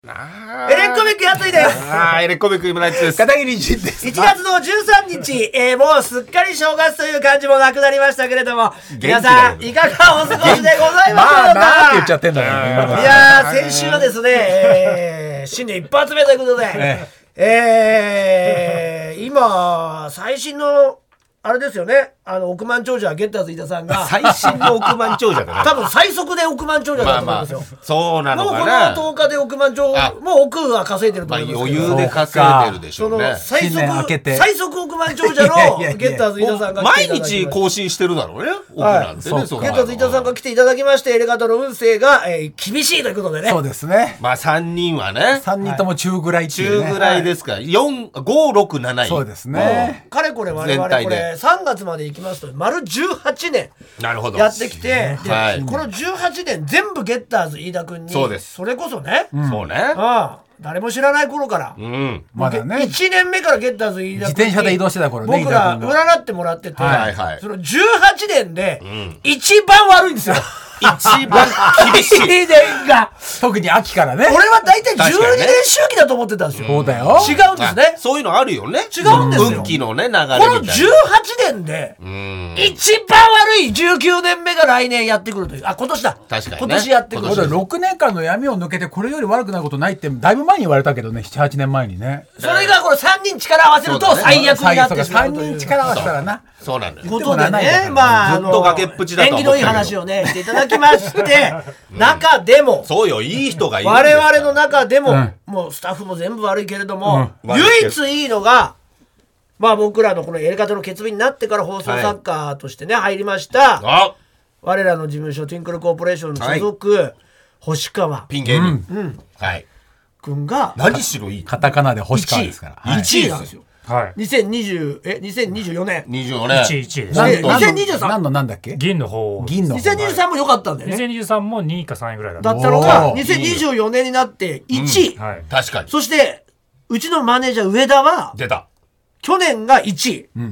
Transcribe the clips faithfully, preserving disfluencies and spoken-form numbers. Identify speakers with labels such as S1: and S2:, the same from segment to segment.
S1: あ
S2: エレコミックやっといです。
S1: あーエレコミック今ナイツです。
S3: 片桐仁です。
S2: いちがつのじゅうさんにち、えー、もうすっかり正月という感じもなくなりましたけれども、皆さんいかがお過ごしでございますか。
S3: まあなーって言っちゃってんだよ、
S2: いやー先週はですね、えー、新年一発目ということで、ええー、今最新のあれですよね、あの億万長者ゲッターズ飯田さんが
S1: 最新の億万長者だね。
S2: 多分最速で億万長者だと思うんですよ。まあまあ、
S1: そうなのかな。
S2: もうこのとおかで億万長者、もう億は稼いでると思いますけど、
S1: まあ、余裕で稼いでるでしょうね。
S2: その最速最速億万長者のゲッターズ飯田さんが来ていただきまして、
S1: 毎日更新してるだろうね。億なんてね。
S2: はい、ゲッターズ飯田さんが来ていただきまして、エレガタの運勢が、えー、厳しいということでね。
S3: そうですね。
S1: まあさんにんはね。
S3: さんにんとも中ぐらいっていうね。
S1: 中ぐらいですから。よん、ご、ろく、なな。
S3: そうですね。
S2: かれこれ我々これさんがつまでいきますと丸じゅうはちねんやってきて、
S1: はい、
S2: このじゅうはちねん全部ゲッターズ飯田君に、
S1: そうです。
S2: それこそね、
S1: うん、そうね、
S2: ああ誰も知らない頃から、
S1: うん、
S3: まだね
S2: いちねんめからゲッターズ飯田君に
S3: 自転車で移動してた頃ね、
S2: 僕ら占ってもらってて、
S1: はいはい、
S2: そのじゅうはちねんで一番悪いんですよ。
S1: 一番厳しい
S2: 年が
S3: 特に秋からね。
S2: 俺は大体じゅうにねん周期だと思ってたんですよ。
S3: そうだよ。
S2: 違うんですね。
S1: そういうのあるよね。
S2: 違うんですよ。
S1: 運気のね流れみたい
S2: な。このじゅうはちねんで一番悪いじゅうきゅうねんめが来年やってくるという。あ、今年だ。
S1: 確かにね。
S2: 今年やってくる。
S3: ろくねんかんの闇を抜けてこれより悪くなることないってだいぶ前に言われたけどね、ななはちねんまえにね。
S2: それがこれさんにん力合わせると最悪になってしまうという。
S3: さんにん力合わせたらな。
S1: そうなんだよ。
S2: ことでね、まあ
S1: ずっと崖っぷちだと
S2: 縁起のいい話をねしていただきまして中でも
S1: そうよ、いい人がいる。
S2: 我々の中でももうスタッフも全部悪いけれども唯一いいのがまあ僕らのこのやり方の決意になってから放送作家としてね入りました我らの事務所ティンクルコーポレーションの所属星川
S1: ピン芸人はい
S2: 君が
S1: 何しろいい
S3: カタカナで星川ですから
S2: いちいなんですよ。はい、にせんにじゅうえにせんにじゅうよねん
S1: にじゅうよねん
S4: いちいちです。
S2: にせんにじゅうさん
S3: 何のなんだっけ
S4: 銀の方
S3: 銀の
S2: にせんにじゅうさんも良かったんだよね。
S4: にせんにじゅうさんもにいかさんいぐらいだった
S2: だったのがにせんにじゅうよねんになっていちい、
S1: うんはい、確かに。
S2: そしてうちのマネージャー上田は
S1: 出た
S2: 去年がいちい、
S1: うん、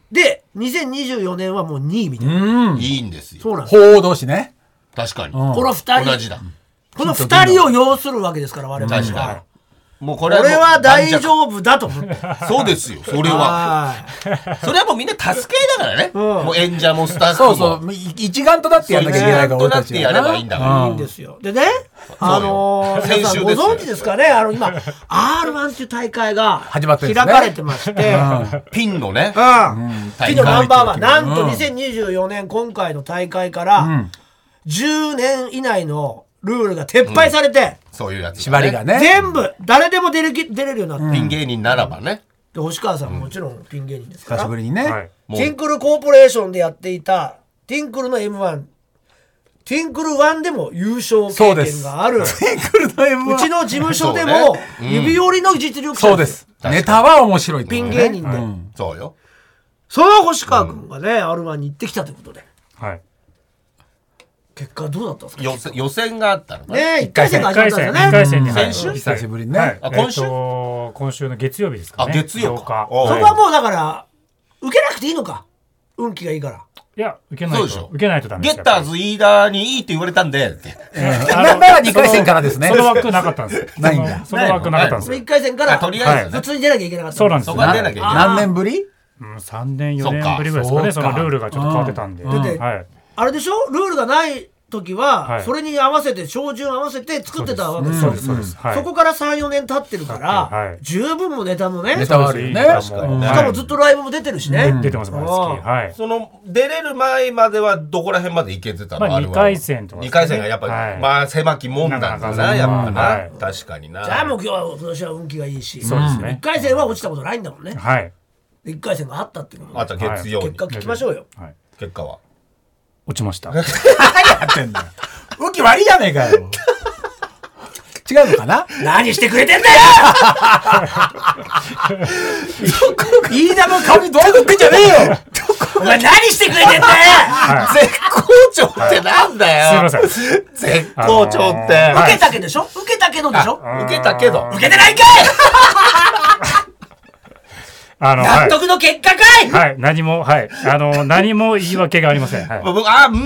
S2: でにせんにじゅうよねんはもうにいみたいな、
S3: うん、
S1: いいんですよ。
S2: そうなんです。
S3: 法同士ね。
S1: 確かに、
S2: うん、このふたり
S1: 同じだ。
S2: このふたりを要するわけですから我々は。
S1: 確かに。もう
S2: これは、これは大丈夫だと思って。
S1: そうですよ、それは。それはもうみんな助けだからね。うん、もう演者もスタッフも。
S3: そうそう、一丸となってやらなきゃいけないから、
S1: 俺たちやればいいんだから。
S2: いいんですよ。でね、あのー、皆さんご存知ですかね、あの、今、アールワン っていう大会が開かれてまして、
S1: ピンのね、
S2: ピンのナンバーワン、なんとにせんにじゅうよねん今回の大会から、じゅうねん以内のルールが撤廃されて、
S1: そういうやつ、
S3: 縛りがね
S2: 全部誰でも出れ出れるようになって、
S1: うん、ピン芸人ならばね。
S2: で星川さんももちろんピン芸人ですから、
S3: 久しぶりにね、はい、
S2: ティンクルコーポレーションでやっていたティンクルの エムワン ティンクルワンでも優勝経験がある
S3: ティンクルの エムワン
S2: うちの事務所でも指折りの実力者、
S3: そうです。ネタは面白い、
S2: ピン芸人で、
S1: うん、そうよ。
S2: その星川君がね、うん、アールワン に行ってきたということで、
S4: はい、
S2: 結果どうだったんですか。
S1: 予選、予選があったのか
S2: ね。いっかい戦が始まったんですよね。
S4: いっかい戦に
S1: 先週
S3: 久しぶりにね、
S4: はい、
S1: あ今週、
S4: えー、今週の月曜日ですかね。
S1: あ、月曜か。
S2: そこはもうだから受けなくていいのか、運気がいいから。
S4: いや、受けないと受けないとダメです。
S1: ゲッターズ飯田にいいって言われたんでって。
S3: ならにかい戦からですね。
S4: その枠なかったんです。
S3: ないんだ。
S4: その枠なかったんです。
S2: いっかい戦から
S1: とりあえず
S2: 普通に出なきゃいけなかった。
S4: そうなんです。
S1: そこは出なきゃいけない。
S3: 何年ぶり？
S4: さんねんよねんぶりぐらいですかね。そのルールがちょっと変わってたんで。
S2: だってあれでしょ、ルールがない時はそれに合わせて照準合わせて作ってたわけですよ。そこからさんよねん経ってるから十分もネタもね、
S3: ネタはあるよね。
S2: しかもずっとライブも出てるしね。
S4: 出てます毎月。はい。
S1: その出れる前まではどこら辺まで行けてたの？
S4: まあにかい戦とか。
S1: にかい戦がやっぱりまあ狭きもんなんだな、やっぱな。確かにな。
S2: じゃあもう今日は今年は運気がいいし、
S4: そうですね。
S2: いっかい戦は落ちたことないんだもんね。
S4: はい。
S2: いっかい戦があったっていうこと。
S1: あった月曜日。
S2: 結果聞きましょうよ。
S1: 結果は
S4: 落ちました。
S3: 何やってんだよ。運気悪いじゃねえかよ。違うのかな。
S2: 何してくれてんだよ。
S3: 飯田の顔にどう塗ってんじゃねえよ。
S2: お前何してくれてんだよ。
S1: 絶好調ってなんだよ。
S4: すいません。
S1: 絶好調って。
S2: 受けたけどでしょ。受けたけどでしょ。
S1: 受けたけど。
S2: 受けてないかい。あの納得の結果かい。
S4: はい、何もはいあの何も言い訳がありません。はい、
S1: 僕あうん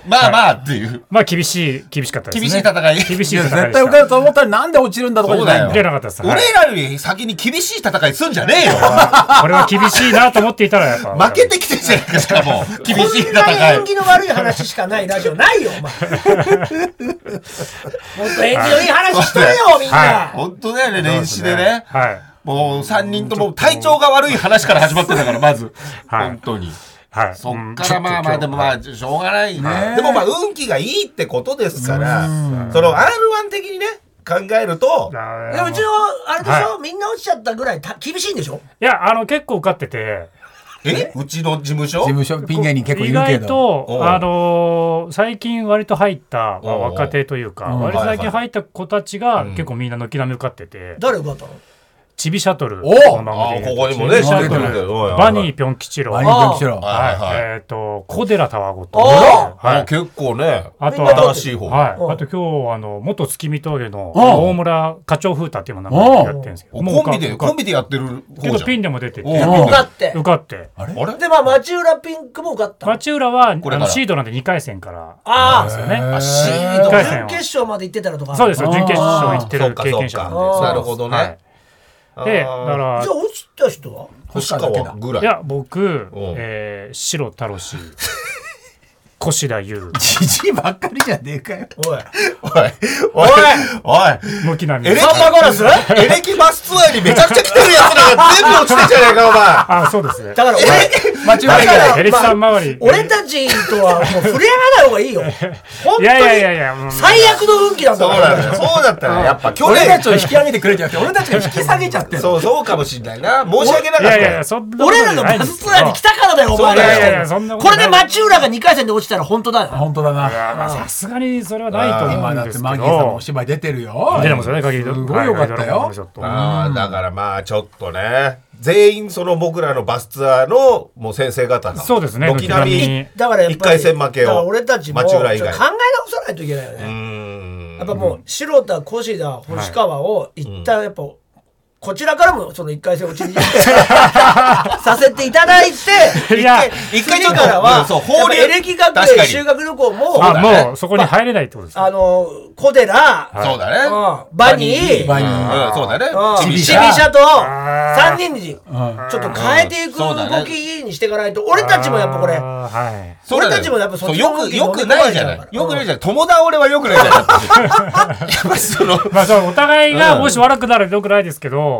S1: まあまあっていう。
S4: まあ厳しい、厳しかったですね。
S1: 厳しい戦い。
S4: 厳しい戦い。
S3: 絶対受かると思ったらなんで落ちるんだとかじゃないんだよ。
S4: 出なかったです。
S1: 俺らより先に厳しい戦いすんじゃねえよ。
S4: これは厳しいなと思っていたらやっぱ。
S1: 負けてきてるじゃないですか、もう。厳しい戦い。
S2: こんなに縁起の悪い話しかないラジオないよ、お前。もっと縁起のいい話しとれよ、みんな。
S1: 本当だよね、年始でね。はい。もうさんにんとも体調が悪い話から始まってたから、まず。本当に。はい、そっからまあまあでもまあしょうがないね。でもまあ運気がいいってことですから、その アールワン 的にね考えると、
S2: でもうちのあれでしょ、みんな落ちちゃったぐらい厳しいんでしょ。
S4: いやあの結構受かってて、
S1: えうちの事務所
S3: 事務所ピン芸人結構いるけど、
S4: 意外とあの最近割と入った若手というか、割と最近入った子たちが結構みんな軒並み受かってて。
S2: 誰受かったの？
S4: チビシャトル。
S1: おあここにもね、
S4: シャトル。バニーピョン吉郎。
S3: バニーピョン吉郎。
S4: はい。えっと、小寺タワゴと。
S1: はい。結構ね。
S4: あと、
S1: 新しい方。
S4: はい。あと今日、あの、元月見峠の大村課長風太っていうのをやってるんですけど。
S1: コンビで、コンビでやってる方じゃん。
S4: けどピンでも出てて。
S2: 受かって。
S4: 受かって。
S1: あれ
S2: で、まあ、町浦ピンクも受かった。
S4: 町浦は、あの、シードなんでにかい戦から。
S2: ああ。
S4: ですよね。
S2: シード。準決勝まで行ってたらとか。
S4: そうですよ。準決勝行ってる経験者なんで。
S1: なるほどね。
S4: で、だから。
S2: じゃあ落ちた人は
S1: 星川ぐらい。
S4: いや、僕、えー、白太郎氏、越田優。
S3: じじいばっかりじゃねえかよ。
S2: おい。
S1: おい。おい。おい。
S4: 軒並み。
S1: エレキガラスエレキバスツアーにめちゃくちゃ来てるやつらが全部落ちてんじゃねえか、お前。
S4: あ、そうですね。
S2: だから俺、
S3: 間違いない。
S4: エレキさん周り。
S2: 俺たちとはもう触れ合わない方がいいよ。本当に。い
S4: やいやいやいや、
S2: 最悪の運気なんだ
S1: から。そうだったら、やっぱ去年。
S3: 俺たちを引き上げてくれじゃなくて、俺たちが引き下げちゃってる。
S1: そう、そうかもしんないな。申し訳なかった。いやいや、
S4: そんな
S2: 俺らのバスツアーに来たからだよ、お前
S4: ら。いやいや、そんな
S2: これで町浦がにかい戦で落ちたら本当だよ。
S3: 本当だな。
S4: さすがにそれはないと思うんですけど。
S3: マギーさんもお芝居出てるよ。
S4: 出てますよね、限り。
S3: すごいよかったよ。
S1: ああ、だからまあちょっとね。全員その僕らのバスツアーのもう先生方が
S4: そうですね。
S1: 軒並み
S2: だから
S1: いっかい戦負けを
S2: 俺たちも考え直さないといけないよね。
S1: うん
S2: やっぱもう白田越田星川を一旦やっぱこちらからもそのいっかい戦落ちにさせていただいて、
S4: いや
S2: 一回からはエレキ学園修学旅行も
S4: あもうそこに入れないってことですか。
S2: あの小寺、
S1: そうだね、
S2: バニー、
S3: バニー、
S1: そうだね、
S2: チビシャとさんにんにちょっと変えていく動きにしていかないと、俺たちもやっぱこれ、俺たちもやっぱそっちの動き
S1: よくないじゃない、よくないじゃない、友倒れはよくないじゃない。やっぱその
S4: まあそのお互いがもし悪くなるとよくないですけど。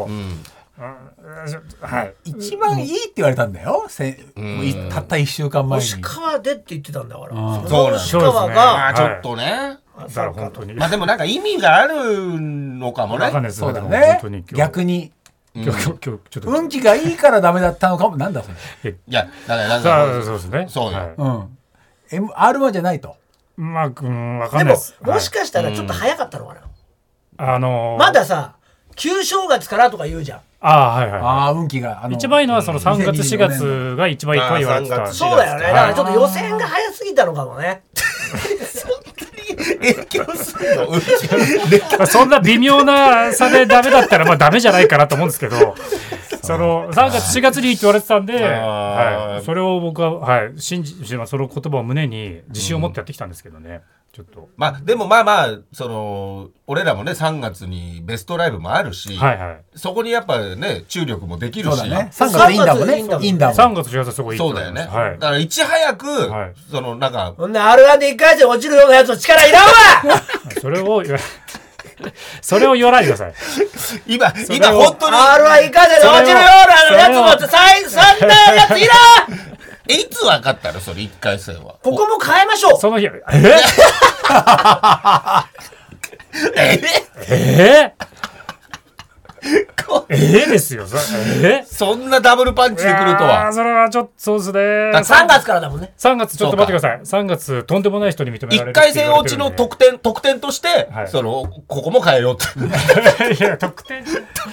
S3: はい、一番いいって言われたんだよ、たったいっしゅうかんまえに。
S2: 星川でって言ってたんだから、
S1: そうなん
S2: 星川が
S1: ちょっとね、
S4: だから本当に
S1: まあでもなんか意味があるのかもね。
S3: そうだね、逆に運気がいいからダメだったのかも。なんだそれ。
S1: いやだからなんか
S4: そうですね、
S1: そうだ、
S3: うん、アールワン じゃないと。
S4: まあ分かんないです。
S2: でももしかしたらちょっと早かったのかな、
S4: あの
S2: まださ旧正月からとか言うじゃん。
S4: ああはいはい、
S3: ああ運気が
S4: 一番いいのはそのさんがつしがつが一番いいと言われてた。
S2: そうだよね。だからちょっと予選が早すぎたのかもね。
S1: 影響するの
S4: そんな微妙な差でダメだったらまあダメじゃないかなと思うんですけど、そのさんがつしがつにって言われてたんで、はい、それを僕は、はい、信じその言葉を胸に自信を持ってやってきたんですけどね。ちょっと
S1: まあでもまあまあその俺らもねさんがつにベストライブもあるし、
S4: はいはい、
S1: そこにやっぱね注力もできるし、
S3: ね、さんがついいんだもんね。いいんだもん。
S4: さんがつしがつすごいいい。
S1: そうだよね、
S4: はい、
S1: だからいち早く、はい、そのなんか
S2: そんな アールワン でいっかい戦落ちるようなやつの力いらんわ
S4: それをそれを言わないでください。
S1: 今今本当に
S2: アールワン いっかい戦で落ちるようなやつもさんなやついらん
S1: えいつ分かったのそれいっかい戦は。
S2: ここも変えましょう。
S4: その日え
S1: え
S4: えええですよ。え
S1: そんなダブルパンチでくるとは。
S4: それはちょっとそうですね。
S2: さんがつからだもんね。
S4: さんがつちょっと待ってください。さんがつとんでもない人に認められる。
S1: いっかい戦落ちの得点特典として、はい、そのここも変えようって。
S4: いや特典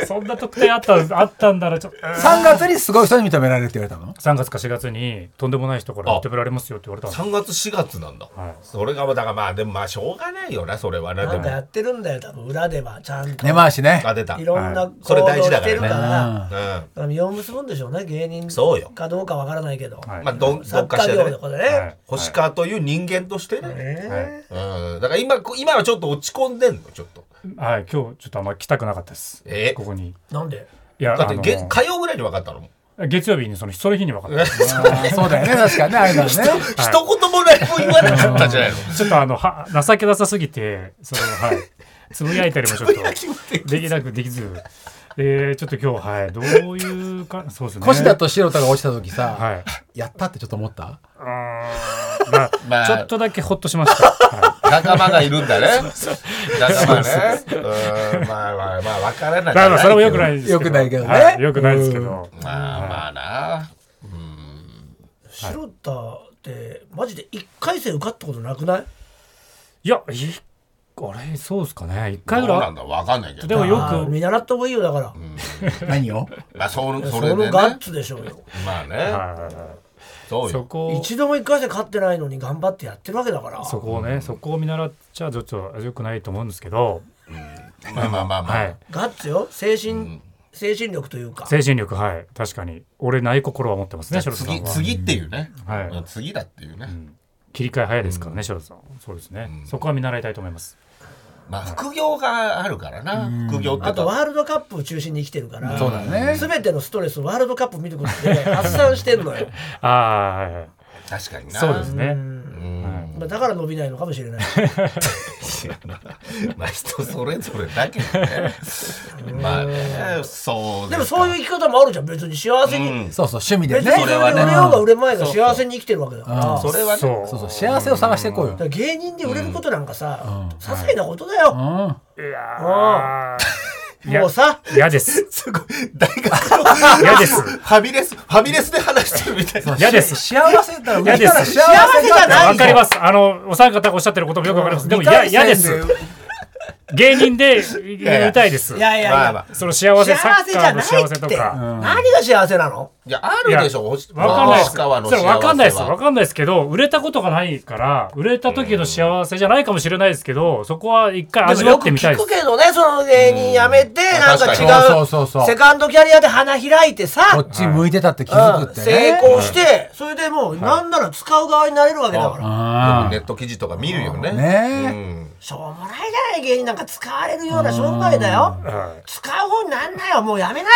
S4: そんな特典あったあったんだらちょっと
S3: さんがつにすごい人に認められるって言われたの。
S4: さんがつかしがつにとんでもない人から認められますよって言われたの。
S1: さんがつしがつなんだ、はい、それがだからまあでもまあしょうがないよなそれはね。
S2: なんかやってるんだよ多分裏ではちゃんと
S3: 根回しね。
S1: あ出た
S2: いろんな行動してるから、
S1: うん、
S2: 実を結ぶんでしょうね芸人かどうかわからないけど、
S1: はい、まあど
S2: どっかしらでね、はい、
S1: 星川という人間としてね、はい、うん、だから今今はちょっと落ち込んでんのちょっと。
S4: はい、今日ちょっとあんまり来たくなかったです。えー、ここに。
S2: なんで？
S4: いや
S1: だって、あのー、火曜ぐらいに分かったの。
S4: 月曜日にそのその日に分かった。
S3: そうだよね確かにねあれだね。
S1: 一言も何も言わなかったじゃないの。
S4: ちょっとあのは情けなさすぎてそのはいつぶやいたりもちょっとできなくできず。えー、ちょっと今日はいどういうかそうですね。
S3: 越田と白田が落ちた時さ、はい、やったってちょっと思った？
S4: あまあ、まあ、ちょっとだけほっとしました。は
S1: い、仲間がいるんだね。仲間ね。うんまあまあまあ分からない。
S4: まあそれも良くないですけど。
S3: 良くないけどね。
S4: はい、良くないですけど。
S1: まあまあな。うん。
S2: 白田ってマジで一回戦受かったことなくない？
S4: いやいあれそうですかね一回ぐらい
S1: なんだ分かんないけど
S4: でもよく
S2: 見習った方がいいよだから、う
S3: ん、何を
S1: まあそのそ
S2: れで、ね、そのガッツでしょうよ
S1: まあね、はい、そうよ
S2: そこ一度も一回戦勝ってないのに頑張ってやってるわけだから
S4: そこをね、うん、そこを見習っちゃちょっとよくないと思うんですけど、
S1: うん、まあまあまあまあ、はい、
S2: ガッツよ精神、うん、精神力というか
S4: 精神力はい確かに俺ない心は持ってますね。
S1: 次次っていうね、
S4: はい、
S1: 次だっていうね、うん、
S4: 切り替え早いですからね白田さんそうですね、うん、そこは見習いたいと思います。
S1: まあ副業があるからな、副業って
S2: あとワールドカップを中心に生きてるから
S3: そうだね
S2: 全てのストレスをワールドカップ見ることで発散してるのよ
S4: ああはいはい
S1: 確かにな
S4: そうですねう
S2: ん、うん、だから伸びないのかもしれない
S1: まあ人それぞれだけどねまあねそう
S2: でもそういう生き方もあるじゃん別に幸せに、うん、
S3: そうそう趣味でね
S2: 別にそれはね売れようが売れまいが幸せに生きてるわけだから
S1: それはね
S3: そうそうそう幸せを探していこうよ
S2: 芸人で売れることなんかさ、うん、些細なことだよ、
S4: うん、いや
S2: もうさ
S4: 嫌です
S1: すごい大学の
S4: 嫌です
S1: ファミレスファミレスで話してるみたいな
S4: 嫌です
S3: 幸せだ
S4: 嫌です
S2: 幸せじゃない
S4: わかりますあのお三方がおっしゃってることもよくわかります、うん、でも嫌です芸人で売りたいです。
S2: いやいやいや、まあま
S4: あ、その幸せサッカーの幸せとか、
S2: うん、何が幸せなの？
S1: いやあるでしょ。
S4: わかんないです。それわかんないです。わかんないですけど、売れたことがないから売れた時の幸せじゃないかもしれないですけど、そこは一回味わってみたいです。
S2: でもよく聞くけどね、その芸人辞めて、うん、なんか違うそうそうそうセカンドキャリアで花開いてさ、
S3: こっち向いてたって気づくって
S2: ね、うん、成功して、それでもうなんなら使う側になれるわけだから。
S1: はい、ネット記事とか見るよね。
S3: ね、
S2: うんしょうもないじゃない芸人なんか使われるような商売だよ。使う方になんなよもうやめな。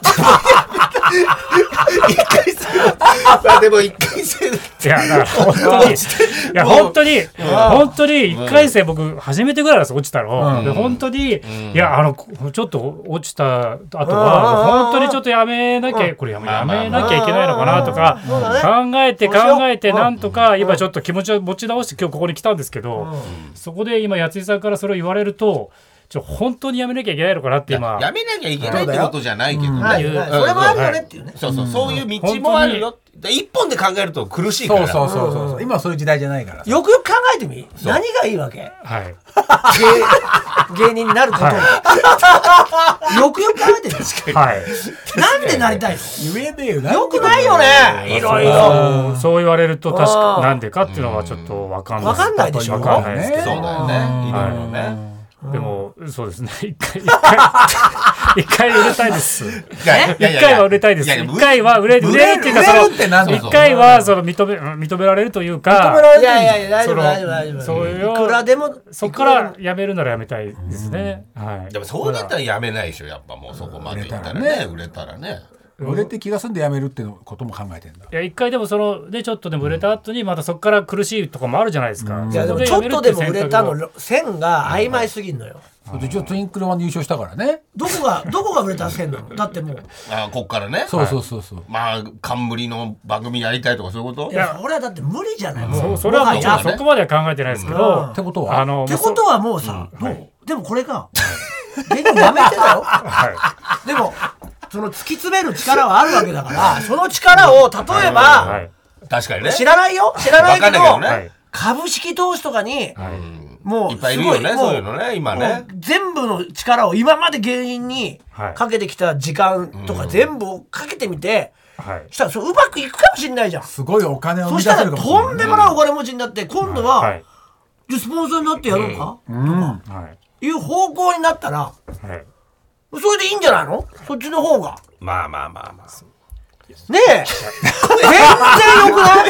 S1: 一回戦まあでも一回戦い
S4: やだから本当にいや本当に本当に一回戦僕初めてぐらいです落ちたの、うん、で本当に、うん、いやあのちょっと落ちた後は本当にちょっとやめなきゃこれやめ、やめなきゃいけないのかなとか考えて考えてなんとか今ちょっと気持ちを持ち直して今日ここに来たんですけど、そこで今やついさんからそれを言われるとちょ本当にやめなきゃいけないのかなって今
S1: や, やめなきゃいけないってことじゃないけどね、うん
S2: はいはい、それもあるよねっていうね、
S1: そうそう、そういう道もあるよって一本で考えると苦しいから
S3: そうそうそうそう、うん、今はそういう時代じゃないから
S2: よくよく考えてみ何がいいわけ、
S4: はい、
S2: 芸, 芸人になること、はい、よくよく考えてみ、
S4: はい、
S2: なんでなりたいの
S3: 言えねえよ
S2: よくないよねいろいろ
S4: そう言われると確かなんでかっていうのはちょっと分かんない
S2: 分かんないでしょ
S4: 分かんないですけど、
S1: そうだよねいろいろね
S4: でもそうですね一回一回一回売れたいです一回は売れたいです一回は売れるっていうかその一回はその認め認められるというか
S2: 認められるいやいや大丈夫大丈夫大丈夫
S4: そういう
S2: いくらでも
S4: そこからやめるならやめたいですね、はい
S1: でもそうだったらやめないでしょやっぱもうそこまでいったらね売れたらね
S3: 売れて気が済んでやめるってことも考えてんだ。
S4: いや一回でもそのでちょっとでも売れた後にまたそこから苦しいとかもあるじゃないですか、
S2: うん、いやでもちょっとでも売れたの線が曖昧すぎんのよ、
S3: うん、一応トゥインクルワンで優勝したからね
S2: どこがどこが売れた線なのだってもう
S1: あこっからね
S3: そうそうそうそう、
S1: はい、まあ冠の番組やりたいとかそういうこと
S2: いやそれはだって無理じゃない、うん、
S4: もうそれはもうそこまでは考えてないですけど、
S3: うん、ってことは
S4: あの
S2: ってことはもうさ、うん、どう、はい、でもこれが芸人やめてたよ、はい、でもその突き詰める力はあるわけだからその力を例えば、はいはい、
S1: 確かにね
S2: 知らないよ知らないけど、
S1: ね、
S2: 株式投資とかに、はい、 もう
S1: いっぱいいるよね、そういうのね今ね。
S2: 全部の力を今まで芸人にかけてきた時間とか全部をかけてみて、はい、したらそううまくいくかもしれないじゃん。
S3: すごいお金を生み出せるかもしれない。
S2: そしたらとんでもないお金持ちになって今度は、はい、じゃあスポンサーになってやろうか、うん、とか、はい、いう方向になったら、はい、それでいいんじゃないの？そっちの方が。
S1: まあまあまあまあ。
S2: ねえ全然よくない？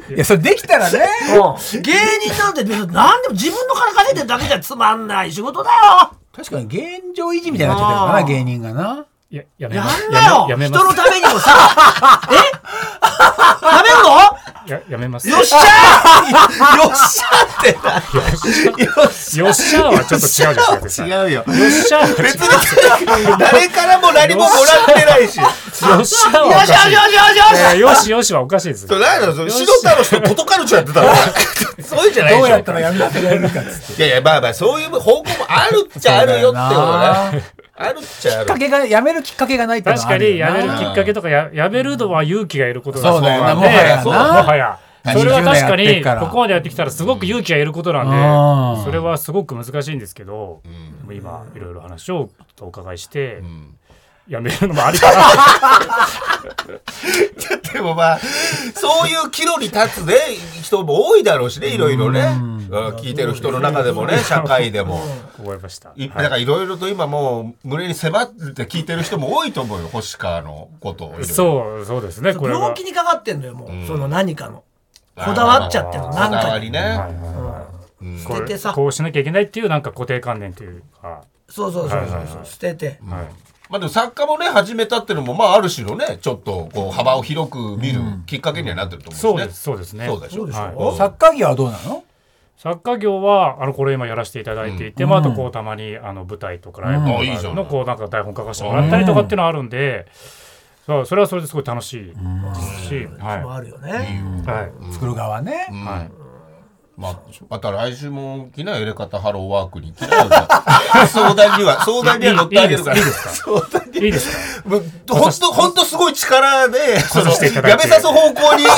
S3: いやそれできたらね、
S2: うん、芸人なんて何でも自分の金稼いでるだけじゃつまんない仕事だよ。
S3: 確かに現状維持みたいになっちゃってるかな芸人がな。
S4: いやや
S2: めやんなよ。人のためにもさえやめんの？
S4: ややめます。
S2: よっしゃーよっしゃーって
S4: よっしゃーはちょっと違うじゃないですか。
S1: 違うよ。よ
S4: っしゃー
S1: 別に誰からも何ももらってないし。よ
S4: っしゃーはおかしい。よしよしよしよし。よしよしはおかしいです。
S1: そうなんだそれ白太の人トトカルチャーやってたの。そういうんじゃないでしょ。
S3: どうやったらやめられるかっつって。
S1: いやいやまあまあそういう方向もあるっちゃあるよってことね。あるっちゃある。
S3: きっかけがやめるきっかけがないってのは
S4: 確かにやめるきっかけとかややめるのは勇気がいることだ
S3: そうだよな。も
S4: も
S3: はやな。
S4: もはや。それは確かにここまでやってきたらすごく勇気がいることなんで、それはすごく難しいんですけど、うん、今いろいろ話をお伺いして、うん、やめるのもありかな。
S1: でもまあそういう岐路に立つね人も多いだろうしね、いろいろね、聞いてる人の中でもね、社会でも
S4: 思いました。
S1: だからいろいろと今もう胸に迫って聞いてる人も多いと思うよ、星川のことを。
S4: そうそうですね。これは
S2: 病気にかかってんのよ、もう、うん、その何かのこだわっちゃってる、なんかにね、
S4: 捨ててさ、こうしなきゃいけないっていうなんか固定観念というか、
S2: そうそうそうそうそう、捨てて、
S1: はい、まあでも作家もね始めたっていうのもまあある種のねちょっとこう幅を広く見るきっかけにはなってると思うんですね。
S4: そうですそうですね。
S1: そうでしょ。
S3: はい、作家業はどうなの？
S4: 作家業はあのこれ今やらせていただいていて、うん、まあ、あとこうたまにあの舞台とかライブのこうなんか台本書かせてもらったりとかっていうのはあるんで、そうそれはそれですごい楽しいですし、
S2: はい、もあるよね、
S3: はい、作る側ね、
S1: はい、まあ、また来週も来ないエレカタハローワークに来ない相談には相談には乗ってあげるから。いいですか？相談にいいですか？本当本当すごい力でそのやめさす方向に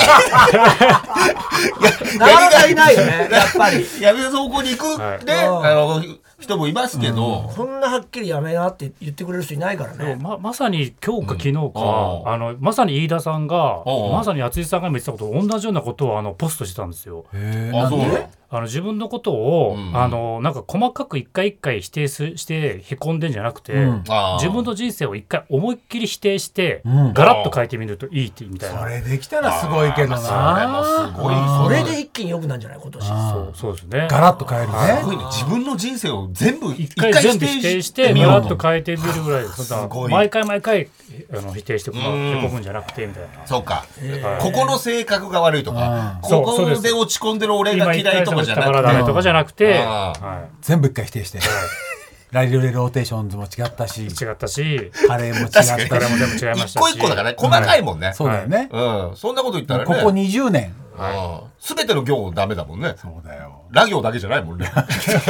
S2: なかなかいないよね、やっぱり
S1: やめさす方向に行くで、あの人もいますけど、
S2: こんなはっきりやめなって言ってくれる人いないからね。
S4: ま, まさに今日か昨日か、うん、あのまさに飯田さんがまさに厚井さんが今言ってたこと同じようなことをあのポストしてたんですよ。
S3: へー、あ、そうね。
S4: あの自分のことを、うん、あのなんか細かく一回一回否定すしてへこんでんじゃなくて、うん、自分の人生を一回思いっきり否定して、うん、ガラッと変えてみるといいってみたいな。
S3: それできたらすごいけどな。
S1: それもすごい。
S2: それで一気に良くなるんじゃない今年。
S4: そうそうですね。
S3: ガラッと変えるね。
S1: すごいね。自分の人生を全部
S4: 一回全部否定してガラッと変えてみるぐらいです。すごい。毎回毎回あの否定してへこむんじゃなくてみたいな。
S1: そうか。ここの性格が悪いとか、ここで落ち込んでる俺が嫌いとかじゃなくて。
S4: じゃなくて、
S3: はい、全部一回否定して、はい、ラリルレローテーションズも違ったし
S4: 違ったし
S3: カレーも違ったし
S4: カレーも全部違いましたし
S1: 一個一個だからね、細かいもんね、
S3: はい、そうだよね、
S1: うん、そんなこと言ったらね
S3: ここにじゅうねん、
S1: はい、全ての行ダメだもんね。
S3: そうだよ、
S1: ラ行だけじゃないもんね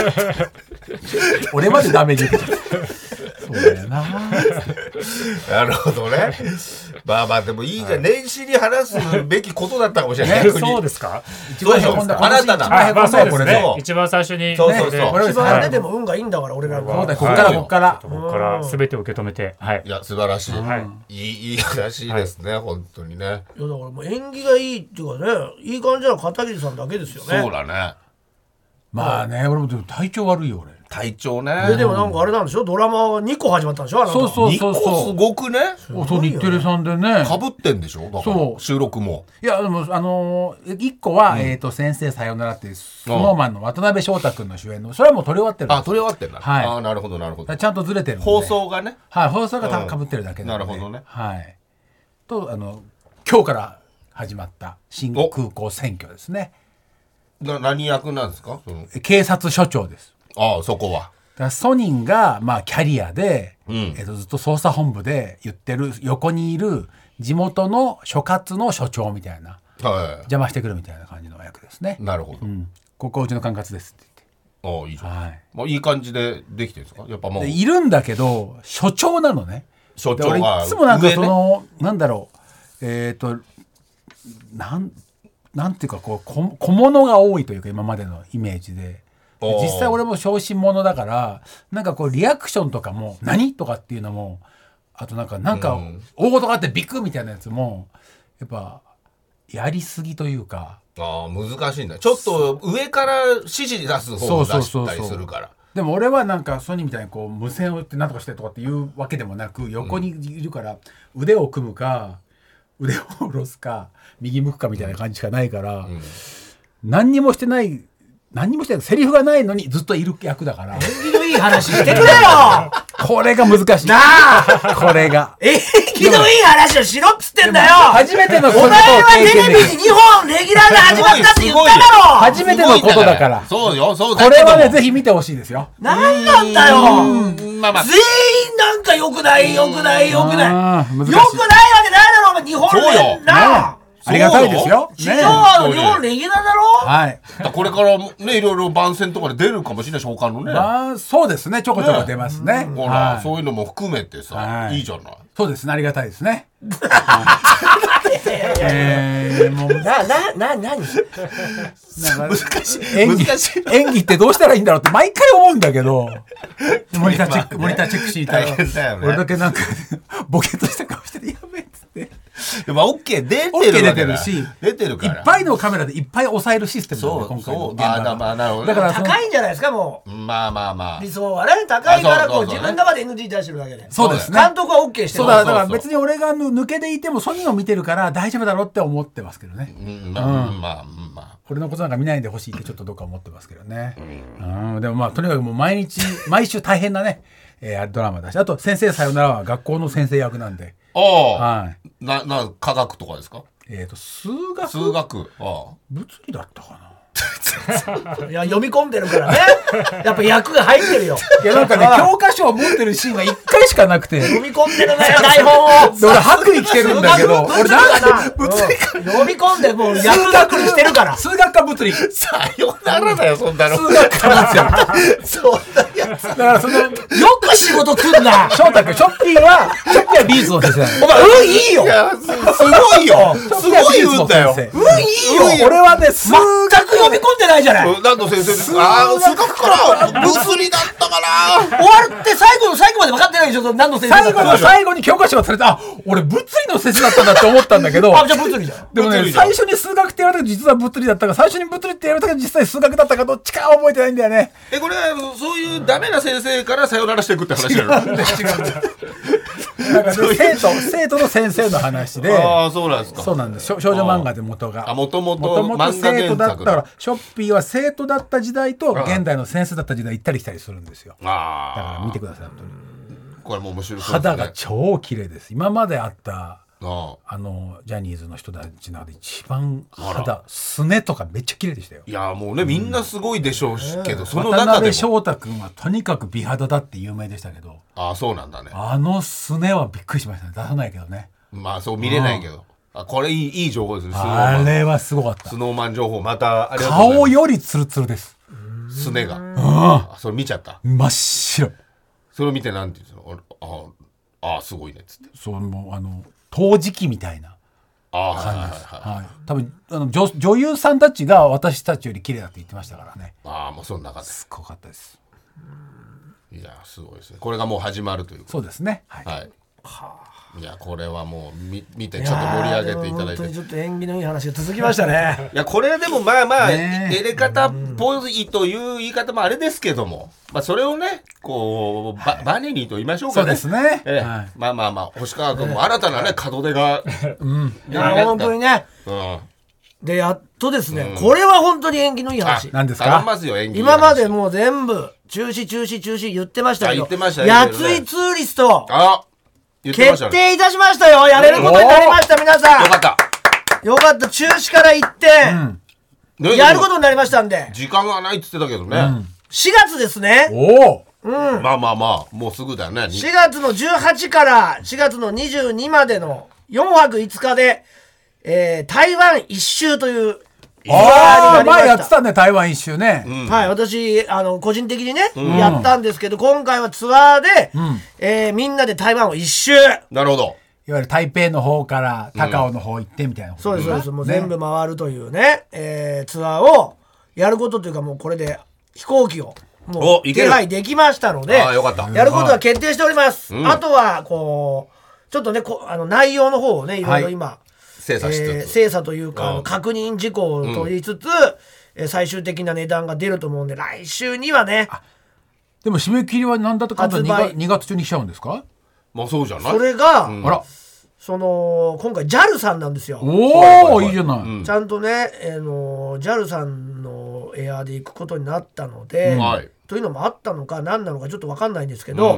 S3: 俺までダメにそうだよな
S1: なるほどね。まあまあでもいいじゃん、はい、年始に話すべきことだったかもしれない、
S4: ね、そうですか。
S1: 一番新たな、
S4: あ、まあそうですね、一番最初に、
S1: そうそうそう、
S2: 一番ね、でも運がいいんだから俺ら
S3: は。そうだ、ここからここから
S4: ここから全て受け止めて、はい、
S1: いや素晴らしい、はい、いいいい話ですね、はい、本当にね。いやだ
S2: からもう縁起がいいっていうかね、いい感じな片桐さんだけですよね。
S1: そうだね。
S3: まあね、俺も体調悪いよ俺。
S1: 体調ね。
S2: でもなんかあれなんでしょ、ドラマはにこ始まったんでしょ。
S3: そうそうそうそう、
S1: にこすごくね。
S3: そう日テレさんでね
S1: かぶってんでしょ。だからそう収録も。
S3: いやでもあのー、いっこは、うん、えっ、ー、と先生さよならっていうスノーマンの渡辺翔太君の主演の、それはもう撮り終わってるんです。
S1: あ、撮り終わってるんだ。はい。あ、なるほどなるほど。
S3: ちゃんとずれてるんで
S1: 放送がね。
S3: はい、放送がかぶってるだけなので、
S1: うん、なるほどね。
S3: はい。とあの今日から始まった新空港選挙ですね。
S1: な何役なんですか。その
S3: 警察署長です。
S1: ああ、そこは。
S3: だソニンが、まあ、キャリアで、うん、えー、とずっと捜査本部で言ってる横にいる地元の所轄の署長みたいな、はい、邪魔してくるみたいな感じの役ですね。
S1: なるほど、うん、
S3: ここうちの管轄ですって
S1: 言って。ああ、いいじゃん、はい、まあ、いい感じでできてるんですか。やっぱもう
S3: いるんだけど署長なのね。
S1: 署長が
S3: いつもなんかその、ね、なんだろう、えっ、ー、となんなんていうかこう小物が多いというか今までのイメージで、 実際俺も小心者だからなんかこうリアクションとかも何とかっていうのもあとなんかなんか大事があってビクみたいなやつもやっぱやりすぎというか
S1: あ難しいんだちょっと上から指示出す方を出したりするから
S3: でも俺はなんかソニーみたいにこう無線を打って何とかしてとかっていうわけでもなく横にいるから腕を組むか腕を下ろすか右向くかみたいな感じしかないから、うん、何にもしてない何にもしてないセリフがないのにずっといる役だから
S2: 縁起のいい話してくれよ
S3: これが難しい
S2: なあ
S3: これが
S2: 縁起のいい話をしろっつってんだよ
S3: 初めてのことを
S2: お前はテレビににほんレギュラーで始まったって言っただろ
S3: 初めてのことだから
S1: そうよそう
S3: だこれはねぜひ見てほしいですよ
S2: 何なんだよまあまあ全員なんか良くない良くない良くない良くないわけないだろお前日本連な
S3: ありがたいですよ。
S2: 地上波の日本レギュラーだろ。
S3: はい。
S1: これからねいろいろ番宣とかで出るかもしれない召喚のね。
S3: まあそうですねちょこちょこ出ますね。
S1: ほらそういうのも含めてさいいじゃない。
S3: そうですねありがたいですね。
S2: えもうななな何？
S1: 難しい
S3: 演技演技ってどうしたらいいんだろうって毎回思うんだけど。モニターチェックモニターチェックしていたら俺だけなんかボケとした顔してやべえっつって。
S1: でも OK 出てるわけだ。
S3: 出てるし
S1: 出てるから
S3: いっぱいのカメラでいっぱい抑えるシステムなんで今回の現場が。
S1: まあなるほど。
S2: だから高いんじゃないですかもう。
S1: まあまあまあ。
S2: 理想はね高いからこう自分の中で エヌジー 出してるだけで。
S3: そうですね。
S2: 監督は OK してる。
S3: そうだだから別に俺が抜けでいてもソニーを見てるから大丈夫だろうって思ってますけどね。
S1: うんまあまあまあ。
S3: これのことなんか見ないでほしいってちょっとどっか思ってますけどね。うんでもまあとにかくもう毎日毎週大変なねドラマだしあと先生さよならは学校の先生役なんで。
S1: ああ、はい、なな科学とかですか？
S3: えっ、ー、と数学
S1: 数学ああ
S3: 物理だったかな。
S2: いや読み込んでるからねやっぱ役が入ってるよ
S3: いやなんかね教科書を持ってるシーンがいっかいしかなくて
S2: 読み込んでるね台本を
S3: 俺白衣着てるんだけど
S2: 俺なんか物理か読み込んでもう役作りしてるから
S3: 数学か物理
S1: さよならだよそんなの
S3: 数学か物理
S1: そんなやつ
S3: だからそのよ
S2: く仕事来んな
S3: 翔太君ショッピーはショッピーは美術の先生
S2: お前うんいいよ
S1: すごいよすごい言うんだよ
S2: うんいいよ
S3: 俺はね数学
S2: 全く読み込んでないじゃない
S1: 何の先生ですかああ数学から物理だったかな
S2: 終わって最後の最後まで分かってないでしょ何の先生
S3: 最後の最後に教科書がされてあ俺物理の先生だったんだって思ったんだけど
S2: あじゃあ物理じゃん
S3: でもね最初に数学って言われたけど実は物理だったか最初に物理って言われたけど実際数学だったかどっちかは覚えてないんだよね
S1: えこれはそういうダメな先生からさよならしていくって話だよ
S3: 違うんだよ違うんだよなんか、ね、生徒生徒の先生の話で
S1: ああそうなんですか
S3: そうなんです少女漫画で元が
S1: あもとも
S3: と生徒だったからショッピーは生徒だった時代と現代の先生だった時代行ったり来たりするんですよあだから見てください本当に
S1: これも面白そうですね
S3: 肌が超綺麗です今まであった
S1: あ
S3: あのジャニーズの人たちの中で一番肌すねとかめっちゃ綺麗でしたよ
S1: いやもうねみんなすごいでしょうけど、うん、その中でも
S3: 渡辺翔太君はとにかく美肌だって有名でしたけど
S1: ああそうなんだね
S3: あのすねはびっくりしましたね出さないけどね
S1: まあそう見れないけどあこれいい、いい情報ですね
S3: あれはすごかった
S1: スノーマン情報またありがとうございます
S3: 顔よりツルツルです
S1: すねがあそれ見ちゃった
S3: 真っ白
S1: それを見てなんて言うのああすごいねっつって
S3: そうもうあの陶磁器みたいな感じです、はいはい、多分あの 女, 女優さんたちが私たちより綺麗だって言ってましたからね
S1: ああもうその中です
S3: ごかったです
S1: いやすごいですねこれがもう始まるという
S3: そうですね
S1: はい、はいいやこれはもう見見てちょっと盛り上げていただいて
S2: ちょっと縁起のいい話が続きましたね
S1: いやこれはでもまあまあ入れ方っぽいという言い方もあれですけども、まあ、それをねこう、はい、バ, バネにと言いましょうかね
S3: そうですね、
S1: えーはい、まあまあまあ星川君も新たなね門出が、
S2: うん、いや本当にね、うん、でやっとですね、うん、これは本当に縁起のいい話
S3: 何ですか
S2: 今までもう全部中止中止中止言ってましたけど
S1: や
S2: やついツーリスト
S1: あ
S2: 決定いたしましたよやれることになりました皆さん
S1: よかった
S2: よかった中止から一転、うん、やることになりましたんで
S1: 時間がないって言ってたけどね、うん、
S2: しがつですね
S3: お、
S2: うん、
S1: まあまあまあもうすぐだよね
S2: しがつのじゅうはちからしがつのにじゅうにまでのよんはくいつかで、えー、台湾一周という
S3: ああ前やってたね台湾一周ね、
S2: うん、はい私あの個人的にね、うん、やったんですけど今回はツアーで、うんえー、みんなで台湾を一周
S1: なるほど
S3: いわゆる台北の方から高雄の方行ってみたいな、
S2: うん、そうですそうですもう全部回るというね、えー、ツアーをやることというかもうこれで飛行機をもう手配できましたので、
S1: あよかった。
S2: やることは決定しております、うん、あとはこうちょっとねこあの内容の方をねいろいろ今、はい、
S1: 精査しつつ、
S2: えー、精査というか、うん、確認事項を取りつつ、うん、最終的な値段が出ると思うんで来週にはね。
S3: でも締め切りは何だとかにがつにがつ中にしちゃうんですか。
S1: まあそうじゃない。
S2: それが、
S3: うん、あら
S2: その今回 ジャル さんなんですよ。
S3: おおいいじゃない、うん、
S2: ちゃんとね、えー、の ジャル さんのエアで行くことになったので、うん、というのもあったのか何なのかちょっと分かんないんですけど、うん、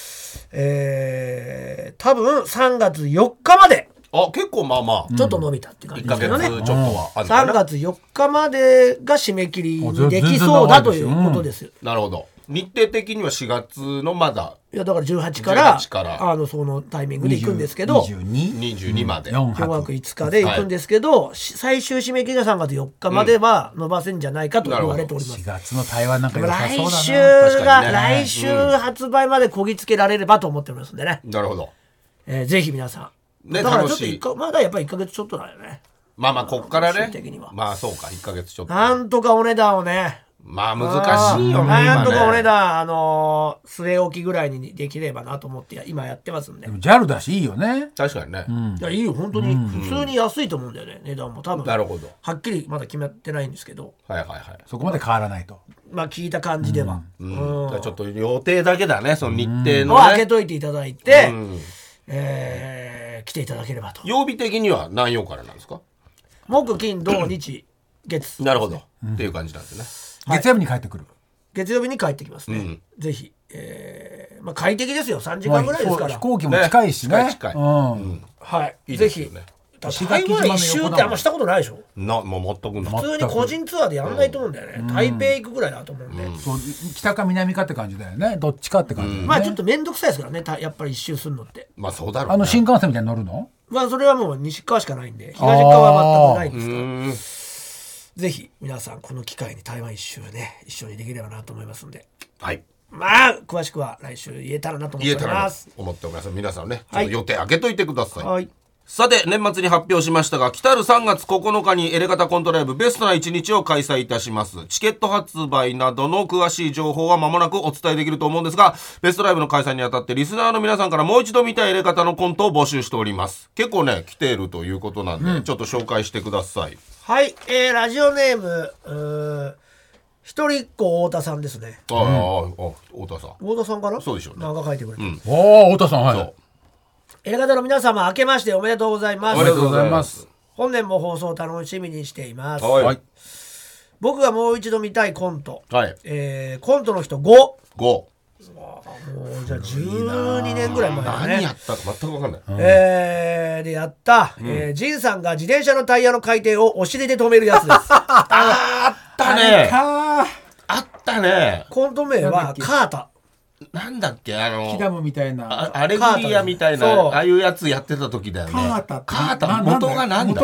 S2: えー、多分さんがつよっかまで。
S1: あ結構まあま
S2: あちょっと伸びたっていう感じですけどね、
S1: うん、いっかげつちょっとはある
S2: さんがつよっかまでが締め切りにできそうだということです、
S1: うん、なるほど。日程的にはしがつのまだ
S2: いやだからじゅうはちからあのそのタイミングで行くんですけど
S1: にじゅうに、にじゅうにまで
S2: よんはくいつかで行くんですけど、はい、最終締め切りがさんがつよっかまでは伸ばせんじゃないかと言われております、うん、
S3: しがつの台湾なんか良さそうだな。
S2: 来週が、ね、来週発売までこぎつけられればと思っておりますんでね。
S1: なるほど、
S2: えー、ぜひ皆さん、ね、だからちょっといっかまだやっぱりいっかげつちょっとだよね。
S1: まあまあこっからねまあそうかいっかげつちょっと
S2: なんとかお値段をね
S1: まあ難しいよね。
S2: なんとかお値段あのー、据え置きぐらいにできればなと思って今やってますんで。
S3: でも ジャル だしいいよね。
S1: 確かにね、
S2: うん、いやいいよ本当に、うん、普通に安いと思うんだよね値段も多分。
S1: なるほど。
S2: はっきりまだ決まってないんですけど、
S1: はいはいはい、
S3: そこまで変わらないと
S2: まあ聞いた感じでは、
S1: うんうん、じゃあちょっと予定だけだねその日程のね、
S2: を開けといていただいて、うんえー、来ていただければと。
S1: 曜日的には何曜からなんですか。
S2: 木金土日月、
S1: なるほど、うん、っていう感じなんですね。
S3: 月曜日に帰ってくる、
S2: 月曜日に帰ってきますね、うん、ぜひ、えーまあ、快適ですよさんじかんぐらいですから、
S3: 飛行機も近いしね、
S1: ね近い近い、うんうん、
S2: はい、
S1: いいですよね。
S2: ぜひ台湾一周ってあんましたことないでしょ。
S1: なもう全くない。
S2: 普通に個人ツアーでやんないと思うんだよね、うん、台北行くぐらいだと思うんで、うん、
S3: そう北か南かって感じだよね。どっちかって感じだよね、うん、
S2: まあちょっと面倒くさいですからねやっぱり一周するのって。
S1: まあそうだろう、ね、
S3: あの新幹線みたいに乗るの。
S2: まあそれはもう西側しかないんで東側は全くないんですから、ぜひ皆さんこの機会に台湾一周ね一緒にできればなと思いますんで、
S1: はい、
S2: まあ詳しくは来週言えたらなと思っております。
S1: 思っております。皆さんねちょっと予定開けといてください、はい、さて年末に発表しましたが来たるさんがつここのかにエレガタコントライブベストないちにちを開催いたします。チケット発売などの詳しい情報は間もなくお伝えできると思うんですが、ベストライブの開催にあたってリスナーの皆さんからもう一度見たいエレガタのコントを募集しております。結構ね来ているということなんで、うん、ちょっと紹介してください。
S2: はい、えー、ラジオネームう一人っ子太田さんですね。
S1: ああ、うん、太田さん
S2: 太田さんかな。
S1: そうでしょうね。
S2: 漫画書いてくれて、うん、
S3: おお太田さん、はい。
S2: エレガタの皆様明けましておめでとうございます。
S1: おめでとうございます。
S2: 本年も放送を楽しみにしています。
S1: はい、
S2: 僕がもう一度見たいコント、
S1: はい
S2: えー、コントの人ご。
S1: ご。
S2: もうじゃあじゅうにねんぐらい前だね。
S1: 何やったか全く分かんない、
S2: うん、えー、でやった、うんえー、ジンさんが自転車のタイヤの回転をお尻で止めるやつです。
S1: あ, あったねあったね。
S2: コント名はカータ。
S1: なんだっけあの
S3: キダムみたいな
S1: あ, アレグリアみたいなああいうやつやってた時だよね。カ
S3: ータ
S1: カータ元がなんだ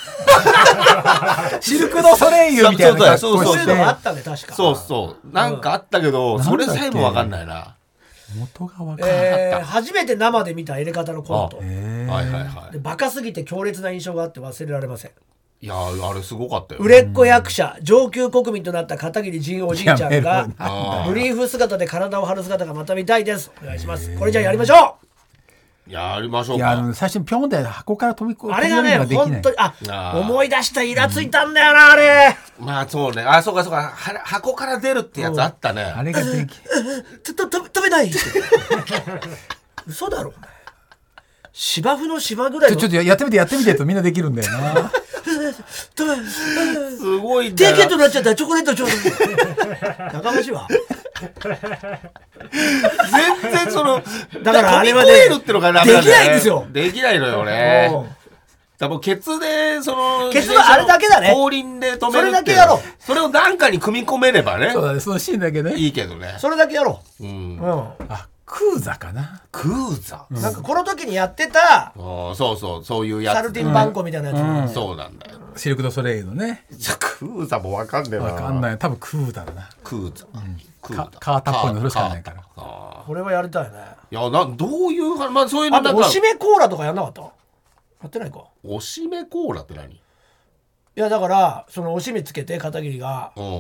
S3: シルク・ドゥ・ソレイユみたいな
S2: そうそうそうあったね確か。
S1: そうそうなんかあったけど、うん、それさえも分かんないな。
S3: 元が分かんない、
S2: えー、初めて生で見たエレガタのコント。
S1: はいはいはい。
S2: でバカすぎて強烈な印象があって忘れられません。
S1: いやあれすごかったよ。
S2: 売れっ子役者上級国民となった片桐仁おじいちゃんがブリーフ姿で体を張る姿がまた見たいです。お願いします。これじゃあやりましょ
S1: う。やりましょうか。
S3: いや最初にピョンで箱から飛び込む
S2: あれがね本当にああ思い出したイラついたんだよな、うん、あれ。
S1: まあそうねあそうかそうか箱から出るってやつあったね。
S3: あれができ
S2: ちょっと飛べない嘘だろお前。芝生の芝ぐらいの
S3: ちょっとやってみてやってみてとみんなできるんだよな。
S1: すごい
S2: 低血糖になっちゃったチョコレートちょうだい。高橋は
S1: 全然その
S2: だからあれはねできないんですよ。
S1: できないのよね。だもうケツでその
S2: ケツのあれだけだね。
S1: 後輪で止めるって
S2: それだけやろう。
S1: それを何かに組み込めればね。
S3: そうだねそのシーンだけね
S1: いいけどね。
S2: それだけやろう。
S1: うん。
S2: うん、
S3: あクーザかな。
S1: クーザ、
S2: うん、なんかこの時にやってた、
S1: うん、そうそうそういうやつ
S2: サルティンバンコみたいなやつ、
S1: うんうん、そうなんだよ。
S3: シルク・ドゥ・ソレイユのね。
S1: じゃクーザもわかんねえな。
S3: わかんない多分クーザだな。
S1: クーザ、うん、クーザ
S3: カータっぽいのそれしかないから。
S2: これはやりたいね。
S1: いやなどういうまあそういうの
S2: なんかあとおしめコーラとかやんなかった？やってないか。
S1: おしめコーラって何？い
S2: やだからそのおしめつけて片桐が、
S1: うん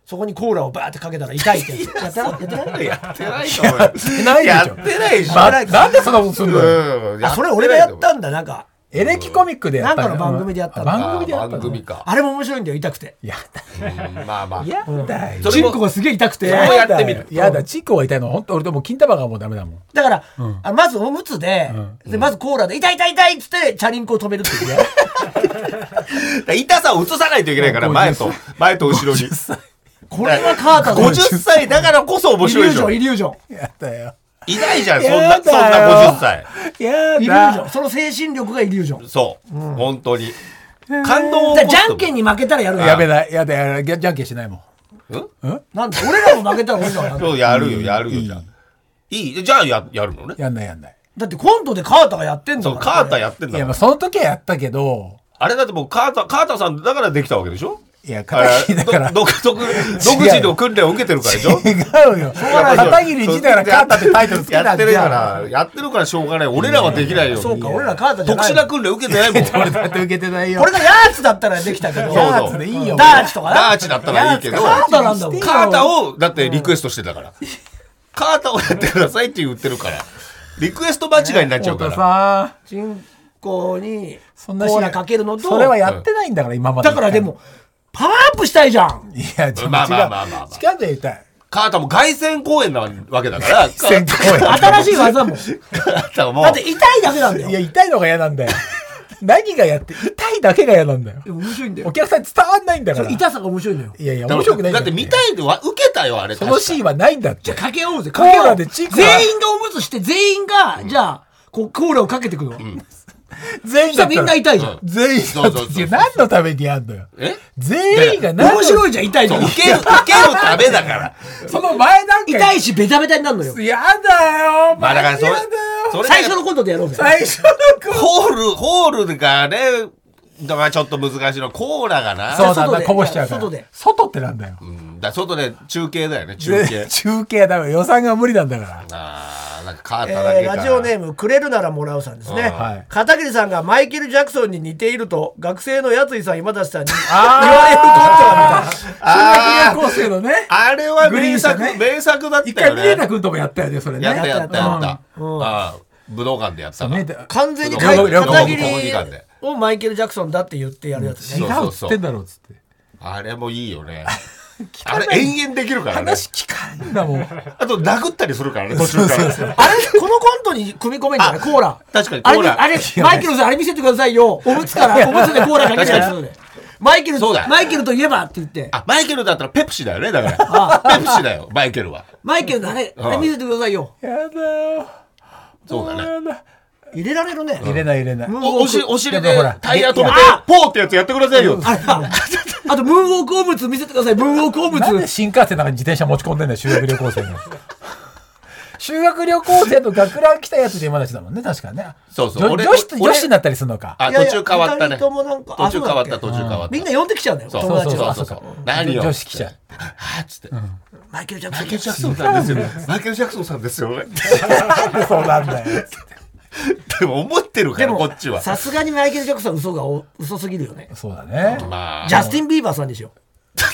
S2: そこにコーラをバーってかけたら痛いってやってないやってない
S1: やってないと思う。やって
S3: ないでしょ。
S1: やってないでしょ。
S3: なんでそんなことすんのよ。
S2: あ、それ俺がやったんだ。なんか
S3: エレキコミックでやった
S2: なんかの番組でやったんだ。
S3: 番組でやった
S1: 番組か。
S2: あれも面白いんだよ、痛くて。
S3: や
S1: だ。まあまあ。
S3: やだよ。
S2: チンコがすげえ痛くて。
S1: それもやってみる。
S3: やだ、チンコが痛いの本当俺でも金玉がもうダメだもん。
S2: だからあまずおむつででまずコーラで痛い痛い痛いっつってチャリンコを止めるっていうね。
S1: 痛さを移さないといけないから前と前と後ろに。
S2: これはカーター
S1: ごじゅっさいだからこそ面白いでしょ。
S2: イリュージョン、イリュージョン。
S3: やだよ。
S1: いないじゃん、そんな、そんなごじゅっさい。
S3: やだ。
S2: イリュージョン。その精神力がイリュージョン。
S1: そう。本当に。感動を
S2: じゃじゃんけんに負けたらやるの。
S3: やめない。やだやだ。じゃんけんしないもん。
S2: んなんで俺らも負けたら俺らはやる。
S1: そう、やるよ、やるよ、じゃあ。いいじゃあや、やるのね。
S3: やんないやんない。
S2: だってコントでカーターがやってんだ
S1: そう、
S2: から。
S1: カーターやってんだ
S3: いや、
S1: から
S3: まあその時はやったけど。
S1: あれだってもうカーター、カーターさんだからできたわけでしょ。
S3: いや、
S1: あ
S3: 片桐だから。
S1: 独特、独自の訓練を受けてるからでしょ。
S3: 違うよ。片桐自体がカーターってタイトルつけたんじゃん。
S1: やってるから、やってるからしょうがない。俺らはできないよ。
S2: そうか、俺らカーターじゃない。
S1: 特殊な訓練受けてないもん。
S3: 俺だって受けてないよ。
S2: これがヤーツだったらできたけど。
S1: そうそう
S3: ヤーツでいいよ。
S2: ダーチとかな。
S1: ダーチだったらいいけど、
S2: カーターなんだもん。
S1: カーターをだってリクエストしてたから。カーターをやってくださいって言ってるから。リクエスト間違いになっちゃうから。
S3: さ
S2: チンコに
S3: そんな
S2: コーラかけるのと。
S3: それはやってないんだから今まで。
S2: だからでもパワーアップしたいじゃん。
S3: いや、違う。
S1: まあまあまあまあまあ。
S3: 違うんだよ、言いたい。
S1: カーターも凱旋公演なわけだから。
S3: 凱旋公演。
S2: 新しい技も。
S1: カーターも。
S2: だって痛いだけなんだよ。
S3: いや、痛いのが嫌なんだよ。何がやって、痛いだけが嫌なんだよ。
S2: 面白いんだよ。
S3: お客さんに伝わんないんだから。
S2: 痛さが面白いんだよ。
S3: いやいや、面白くないん
S1: だって見たいのは受けたよ、あれ。
S3: そのシーンはないんだって。
S2: じゃあかけようぜ。
S3: コーラでチンコが
S2: 全員がおむつして全員が、じゃあ、こうコーラをかけてくるの。
S3: 全員だったら
S2: みんな痛いじゃん。
S3: 全員だったら何のためにやんのよ。
S1: え
S3: 全員が何の
S2: 面白いじゃん、痛いじゃん。
S1: 受ける、受けるためだから。
S3: その前段階。
S2: 痛いし、ベタベタになるのよ。
S3: やだよ。
S1: まあだからそれ
S3: やだよ。
S1: それ
S2: 最初のコントでやろうぜ。
S3: 最初の
S1: ホール、ホールがね、だからちょっと難しいの。コーラがな。
S3: そうだな、
S2: 外で
S3: こぼしちゃうから。
S2: 外で
S3: 外ってなんだよ。
S1: うんだ外で中継だよね、中継。
S3: 中継だよ。予算が無理なんだから。
S1: ああ、なんかカーターだけか。
S2: えーラジオネームくれるならもらうさんですね、
S3: はい
S2: 片桐さんがマイケル・ジャクソンに似ていると学生のやついさん今田さんに言
S3: あー
S2: われるコントが見た
S1: あ
S3: 修学旅行生のね。
S1: あれは
S3: グリー
S1: 名作、
S3: ン車ね
S1: 名作だった
S3: 一
S1: よね。
S3: 回ミネタ君ともやったよね、それね。
S1: やったやったやった。あ
S2: うん
S1: あ、武道館でやったか
S3: ミネタ
S2: 完全に
S3: 両国両国
S2: 片
S1: 国技
S2: 桐
S1: 館で
S2: をマイケル・ジャクソンだって言ってやるやつね、
S3: 違うっつってんだろうっつって。
S1: あれもいいよね。あれ延々できるからね。
S3: 話聞かんだもん。
S1: あと殴ったりするからね、途中から。
S2: あれこのコントに組み込めんじゃないコーラ
S1: 確かにコ
S2: あれ
S1: ーラ。
S2: あれマイケルさんあれ見せてくださいよおむつからおむつでコーラかけたりするねマイケル
S1: そうだ
S2: マイケルといえばって言って
S1: あ、マイケルだったらペプシだよね、だから。ペプシだよ、マイケルは。
S2: マイケルのあれあれ見せてくださいよ
S3: やだよ。
S1: そうだね。
S3: やだ。
S2: 入れられるね
S3: 入れない入れない。
S1: お、おし、お尻で
S3: でもほら
S1: タイヤ止めて
S2: あ、
S1: ポーってやつやってくださいよ。
S2: あれだあとムーンウォークおむつ見せてくださいムーンウォークおむつ
S3: なんで新幹線の中に自転車持ち込んでんだよ、修学旅行生の。修学旅行生と学ラン来たやつで今たちだもんね、確かね。
S1: そうそう俺
S3: 女女子と
S1: 俺
S3: 女子になったりするのか。
S1: あ、
S2: いやいや
S1: 途中変わったね。
S2: 二人ともなんか
S1: 途中変わった、
S2: あそう
S1: 途中変わった。
S2: みんな呼んできちゃうんだよ
S1: そう
S2: 友達が
S1: そうそうそう。何よ。
S3: 女子来ちゃう。
S1: はっつって。
S2: マイケル・ジャクソン
S1: マイケル・ジャクソンさんですよ。マイケル・ジャクソンさんですよね。
S3: なんでそうなんだよ。
S1: でも思ってるから、
S2: でも
S1: こっちは。
S2: さすがにマイケル・ジャクソン嘘がお嘘すぎるよね
S3: そうだね。
S1: まあ。
S2: ジャスティン・ビーバーさんでしょ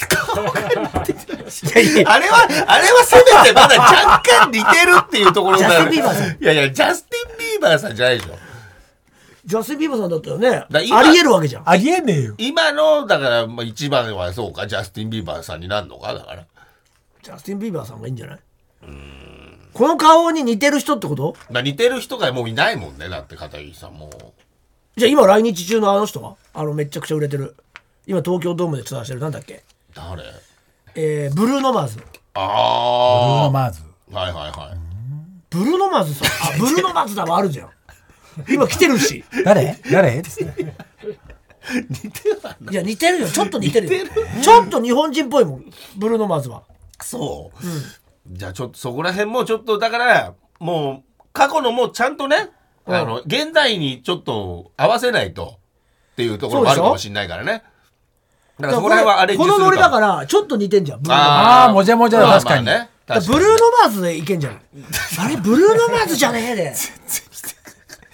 S1: いやいやあれは、あれはせめてまだ若干似てるっていうところだよ
S2: ジャスティンビーバーさん
S1: いやいや、ジャスティン・ビーバーさんじゃないでしょ。
S2: ジャスティン・ビーバーさんだったよね
S1: だ今
S2: ありえるわけじゃん
S3: ありえねえよ。
S1: 今の、だから、まあ、一番はそうか、ジャスティン・ビーバーさんになるのか、だから。
S2: ジャスティン・ビーバーさんがいいんじゃないこの顔に似てる人ってこと
S1: まあ、似てる人がもういないもんね、だって片桐さんも。
S2: じゃあ今来日中のあの人はあのめちゃくちゃ売れてる今東京ドームでツアーしてるなんだっけ
S1: 誰
S2: えー、ブルーノマーズ
S3: ブルー
S1: あ
S3: ノマーズ。
S1: あ。はいはいはい。
S2: ブルーノマーズさあブルーノマーズだもあるじゃん今来てるし
S3: 誰誰つって。
S1: 似てる
S2: いや似てるよちょっと似てるよちょっと日本人っぽいもんブルーノマーズは
S1: そう、じゃあちょっとそこら辺もちょっとだからもう過去のもちゃんとね、
S2: うん
S1: あの現代にちょっと合わせないとっていうところもあるかもしれないからね。だからそこら辺はアレンジするかも。
S2: このノリだからちょっと似てんじゃんブルーノマーズ
S3: ああ、もじゃもじゃだ、確かに。
S1: まあまあね、
S2: だからブルーノマーズでいけんじゃないあれブルーノマーズじゃねえで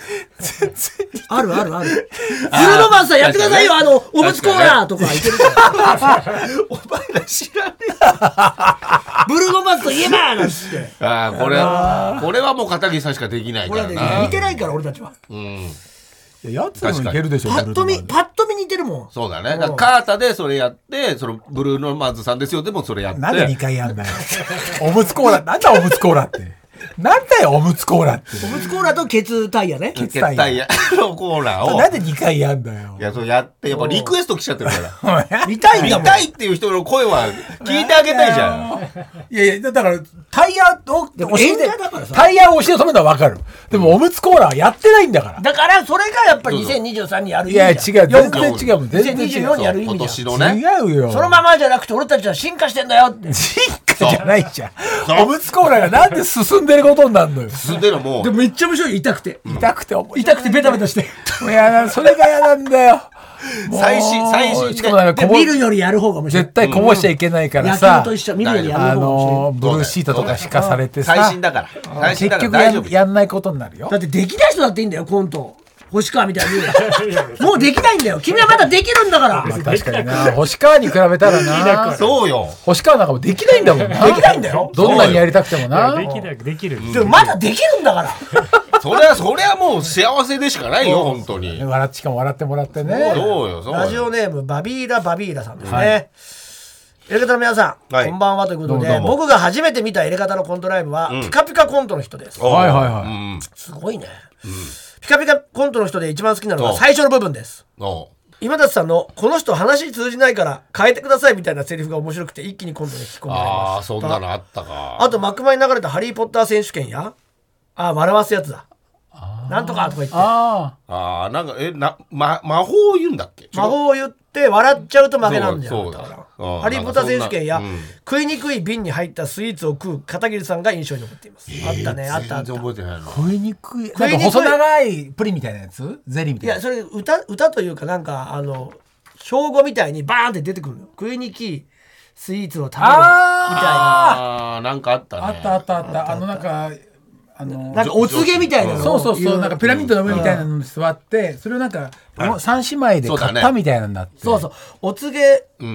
S2: あるあるある。ブルーノマーズさんやってくださいよ、あのおむつコーナーとかいけるから
S1: お前ら知らねえ
S2: ブルーノマーズといえばなんつって。
S1: ああこれはこれはもう片桐さんしかできないからな。
S2: 似てないから俺たちは。
S1: うん。
S3: やつもいけるでしょ。
S2: パッと見パッと見似てるもん。
S1: そうだね。だからカータでそれやってそのブルーノマーズさんですよでもそれやって。
S3: なんでにかいやんだよ。おむつコーラなんだおむつコーラって。なんだよおむつコーラって。
S2: おむつコーラとケツタイヤね。
S1: ケツタイヤのコーラを。
S3: なんでにかいやんだよ。
S1: いやそうやってやっぱリクエスト来ちゃってるから。
S2: 見たいんだもん。
S1: 見たいっていう人の声は聞いてあげたいじゃん。
S3: いやいやだからタイヤを
S2: 押して
S3: タイヤを押して止めるのは分かる。でもおむつコーラはやってないんだから。
S2: だからそれがやっぱりにせんにじゅうさんにやる意味。
S3: いや違う全然違うもん。全然
S2: にせんにじゅうよんにやる意味
S1: 今年のね。
S3: 違うよ。
S2: そのままじゃなくて俺たちは進化してんだよって。
S3: 進化じゃないじゃん。おむつコーラがなんで進んでることになるのよ。
S1: 進んでるもう。
S2: でもめっちゃ面白い。痛くて
S3: 痛くて
S2: 痛くてベタベタして。
S3: いやそれが嫌なんだよ。
S1: 最新最新
S2: で見るよりやる方が面白い。
S3: 絶対こぼしちゃいけないからさ。
S2: 野球と一緒見るよりやる方が面白い。
S3: ブルーシートとか敷かされてさ。
S1: 最新だから。
S3: 結局ややんないことになるよ。
S2: だってできない人だっていいんだよコント。星川みたいにもうできないんだよ。君はまだできるんだから。
S3: まあ確かにな。星川に比べたらな。
S1: そうよ。
S3: 星川なんかもできないんだもんな。
S2: できないんだよ。
S3: どんなにやりたくてもな。
S4: できないできる。
S2: でもまだできるんだから。
S1: それはそれはもう幸せでしかないよ本当に。
S3: 笑っしかも笑ってもらってね。
S1: そうよそうよ。
S2: ラジオネームバビーラバビーラさんですね。エレカタの皆さん、こんばんはということで、僕が初めて見たエレカタのコントライブはピカピカコントの人です。
S3: はいはいはい。
S2: すごいね。ピカピカコントの人で一番好きなのは最初の部分です。今立さんのこの人話通じないから変えてくださいみたいなセリフが面白くて一気にコントに引き込まれました。
S1: ああそんなのあったか。
S2: あと幕前に流れたハリーポッター選手権や、あ笑わすやつだ。なんとかとか言って。
S3: あ
S1: あなんかえな、ま、魔法を言うんだっけ。
S2: 魔法を言って笑っちゃうと負けなんじゃないかな。
S1: うん、
S2: ハリーポッター選手権や、
S1: うん、
S2: 食いにくい瓶に入ったスイーツを食う片桐さんが印象に残っています。えー、あったねあったあった。
S1: 全然覚えてないの。
S3: 食いにくいなんか細長いプリンみたいなやつゼリーみたいな。
S2: いやそれ歌歌というかなんかあの標語みたいにバーンって出てくるの。食いにくいスイーツを食べるみたいな。
S1: ああなんかあったね。
S3: あったあったあったあのなんか。あの
S2: なんかお告げみたいなの。
S3: そうそうそうなんかピラミッドの上みたいなのに座ってそれをなんか三姉妹で買ったみたいなんだって。
S2: そうそうお告げ、うんうん、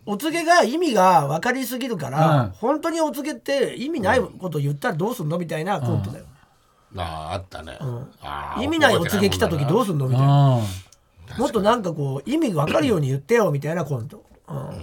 S2: お告げが意味が分かりすぎるから、うん、本当にお告げって意味ないことを言ったらどうすんのみたいなコントだよ。
S1: うん、あああったね、うん、
S2: あ意味ないお告げ来た時どうすんのみたいな、うん、もっとなんかこう意味分かるように言ってよみたいなコント、うん
S1: うん、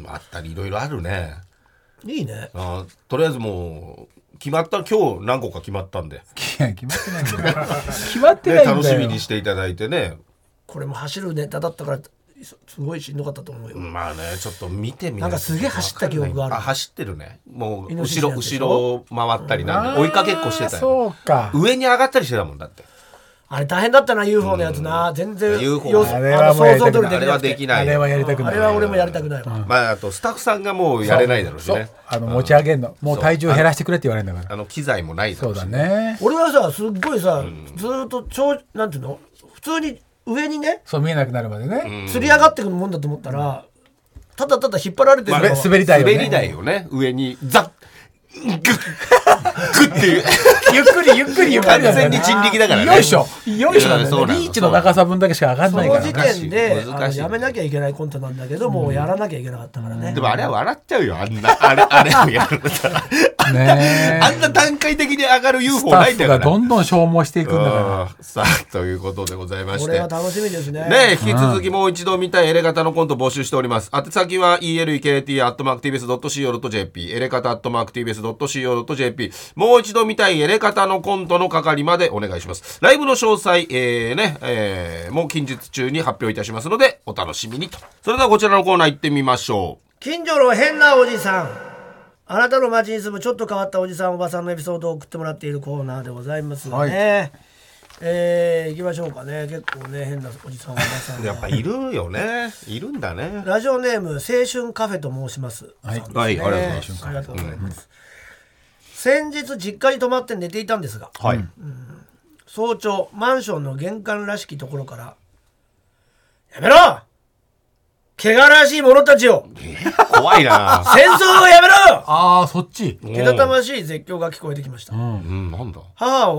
S1: あったりいろいろあるね。
S2: いいね。
S1: あとりあえずもう決まった今日何個か決まったんで。
S3: 決まってないんだよ。決まってないんだよ、
S1: ね。楽しみにしていただいてね。
S2: これも走るネタだったからすごいしんどかったと思うよ。
S1: まあねちょっと見てみ
S2: なんかすげえ走った記憶がある。
S1: あ走ってるね。もう後ろ後ろ回ったりなんで追いかけっこしてたよ。
S3: そうか。
S1: 上に上がったりしてたもんだって。
S2: あれ大変だったな ユーフォー のやつな、うん、全然
S1: ユーフォー
S3: あれは想像通り
S1: あれはできない。
S3: あれはやりたくない。
S2: あれは俺もやりたくないわ、
S1: うん、まああとスタッフさんがもうやれないだろうしね。
S3: あの持ち上げるの、うん、もう体重減らしてくれって言われるんだから。
S1: あの機材もないだろうし、ね、
S3: そうだね。
S2: 俺はさすっごいさ、うん、ずっと超なんていうの普通に上にね
S3: そう見えなくなるまでね、
S2: うん、釣り上がってくるもんだと思ったら、うん、ただただ引っ張られてるの、
S3: まあ、滑り台よね。
S1: 滑り台よね上にザッグッグッっていう
S3: ゆっくりゆっくりゆっくり
S1: 完全に人力だからね。
S3: よいしょよいしょなんだよね。リーチの長さ分だけしか上がんないから。
S2: その時点であのやめなきゃいけないコントなんだけど、うん、もうやらなきゃいけなかったからね。
S1: でもあれは笑っちゃうよあんなあれあれをやるんだったらねあんな段階的に上がる ユーフォー ないんだから。
S3: スタッフがどんどん消耗していくんだから。
S1: さあということでございまして、
S2: これは楽しみですね。
S1: ね引き続きもう一度見たいエレガタのコント募集しております。宛先は イーエルイーケーティー アットマーク ティービーエス ドット シーオー ドット ジェーピー エレカタ アットマーク ティービーエス ドット シーオー ドット ジェーピー もう一度見たいエレカタのコントの係までお願いします。ライブの詳細、えーねえー、もう近日中に発表いたしますのでお楽しみにと。それではこちらのコーナー行ってみましょう。
S2: 近所の変なおじさん。あなたの街に住むちょっと変わったおじさんおばさんのエピソードを送ってもらっているコーナーでございますがね、はい、えー、行きましょうかね。結構ね変なおじさんおばさん
S1: やっぱいるよね。いるんだね。
S2: ラジオネーム青春カフェと申します。
S3: はい、
S2: ね、
S1: はい、あり
S2: がとうございます。先日実家に泊まって寝ていたんですが、
S1: はい、うん、
S2: 早朝マンションの玄関らしきところからやめろ汚らしい者たちを、
S1: えー、怖いな
S2: 戦争をやめろ
S3: あーそっち
S2: けたたましい絶叫が聞こえてきました、
S1: うんうん、なんだ。
S2: 母を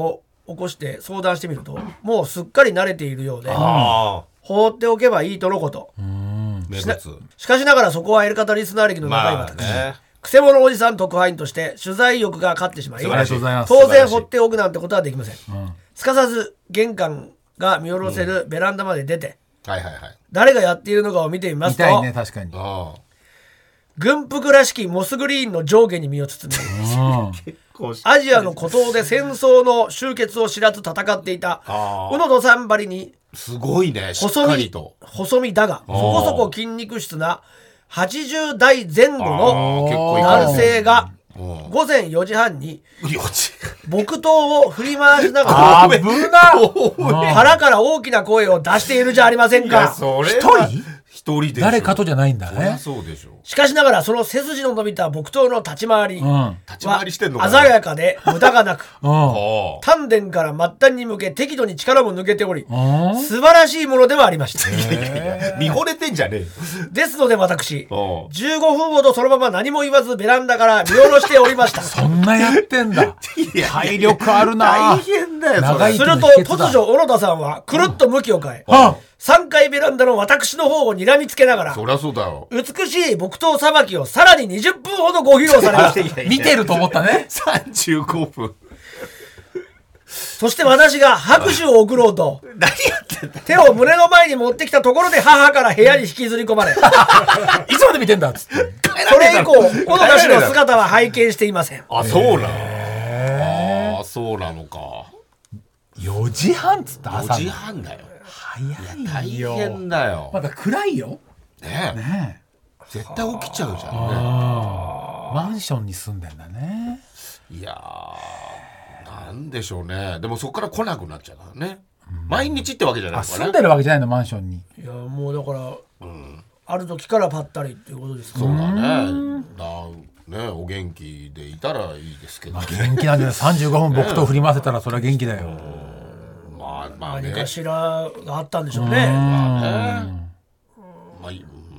S2: 起こして相談してみるともうすっかり慣れているようで放っておけばいいとのこと。し, しかしながらそこはエレカタリスナー歴の長い私、まあね、くせ者おじさん特派員として取材欲が勝ってしまい当然放っておくなんてことはできません、うん、すかさず玄関が見下ろせるベランダまで出て、うんはいはいはい、誰がやっているのかを見てみますと
S3: 見たいね確かに
S2: 軍服らしきモスグリーンの上下に身を包んでアジアの孤島で戦争の終結を知らず戦っていた宇野戸さんばりに
S1: すごいねしっかりと
S2: 細身だがそこそこ筋肉質なはちじゅう代前後の男性がごぜんよじはんに木刀を振り回しながら
S3: 危な
S2: 腹から大きな声を出しているじゃありませんか。
S3: 一人
S1: 一人で
S3: 誰かとじゃないんだね。
S1: そうでしょう。
S2: しかしながらその背筋の伸びた木刀の立ち回りは
S1: 鮮
S2: やかで無駄がなく丹田から末端に向け適度に力も抜けており素晴らしいものではありました。いや
S1: いや見惚れてんじゃねえよ。
S2: ですので私じゅうごふんほどそのまま何も言わずベランダから見下ろしておりました。
S3: そんなやってんだ体力あるな。
S1: 大変だよ
S2: それ。すると突如小野田さんはくるっと向きを変え、うんさんがいベランダの私の方を睨みつけながら
S1: そりゃそうだよ
S2: 美しい木刀さばきをさらににじゅっぷんほどご披露されました
S3: 見てると思ったね
S1: さんじゅうごふん
S2: そして私が拍手を送ろうと
S1: 何やってんだ
S2: 手を胸の前に持ってきたところで母から部屋に引きずり込まれい
S3: つまで見てんだっつって
S2: それ以降小野田氏の姿は拝見していません。
S1: あそうなのあそうなのか。
S3: よじはんっつった
S1: 朝よじはんだよ。早いよ。大変だよ。
S3: まだ暗いよ。
S1: ねえ。ねえ絶対起きちゃうじゃんね。
S3: マンションに住んでんだね。
S1: いやーなんでしょうね。でもそこから来なくなっちゃうからね。毎日ってわけじゃないからね。
S3: 住んでるわけじゃないのマンションに。
S2: いやもうだから、うん、ある時からぱったりっていうことですか。
S1: そうだね。だねお元気でいたらいいですけど、ね。
S3: 元気なんじゃない。さんじゅうごふん木刀振り回せたらそれは元気だよ。
S2: まあね、何かしらがあったんでしょうね。
S1: まあね、まあ、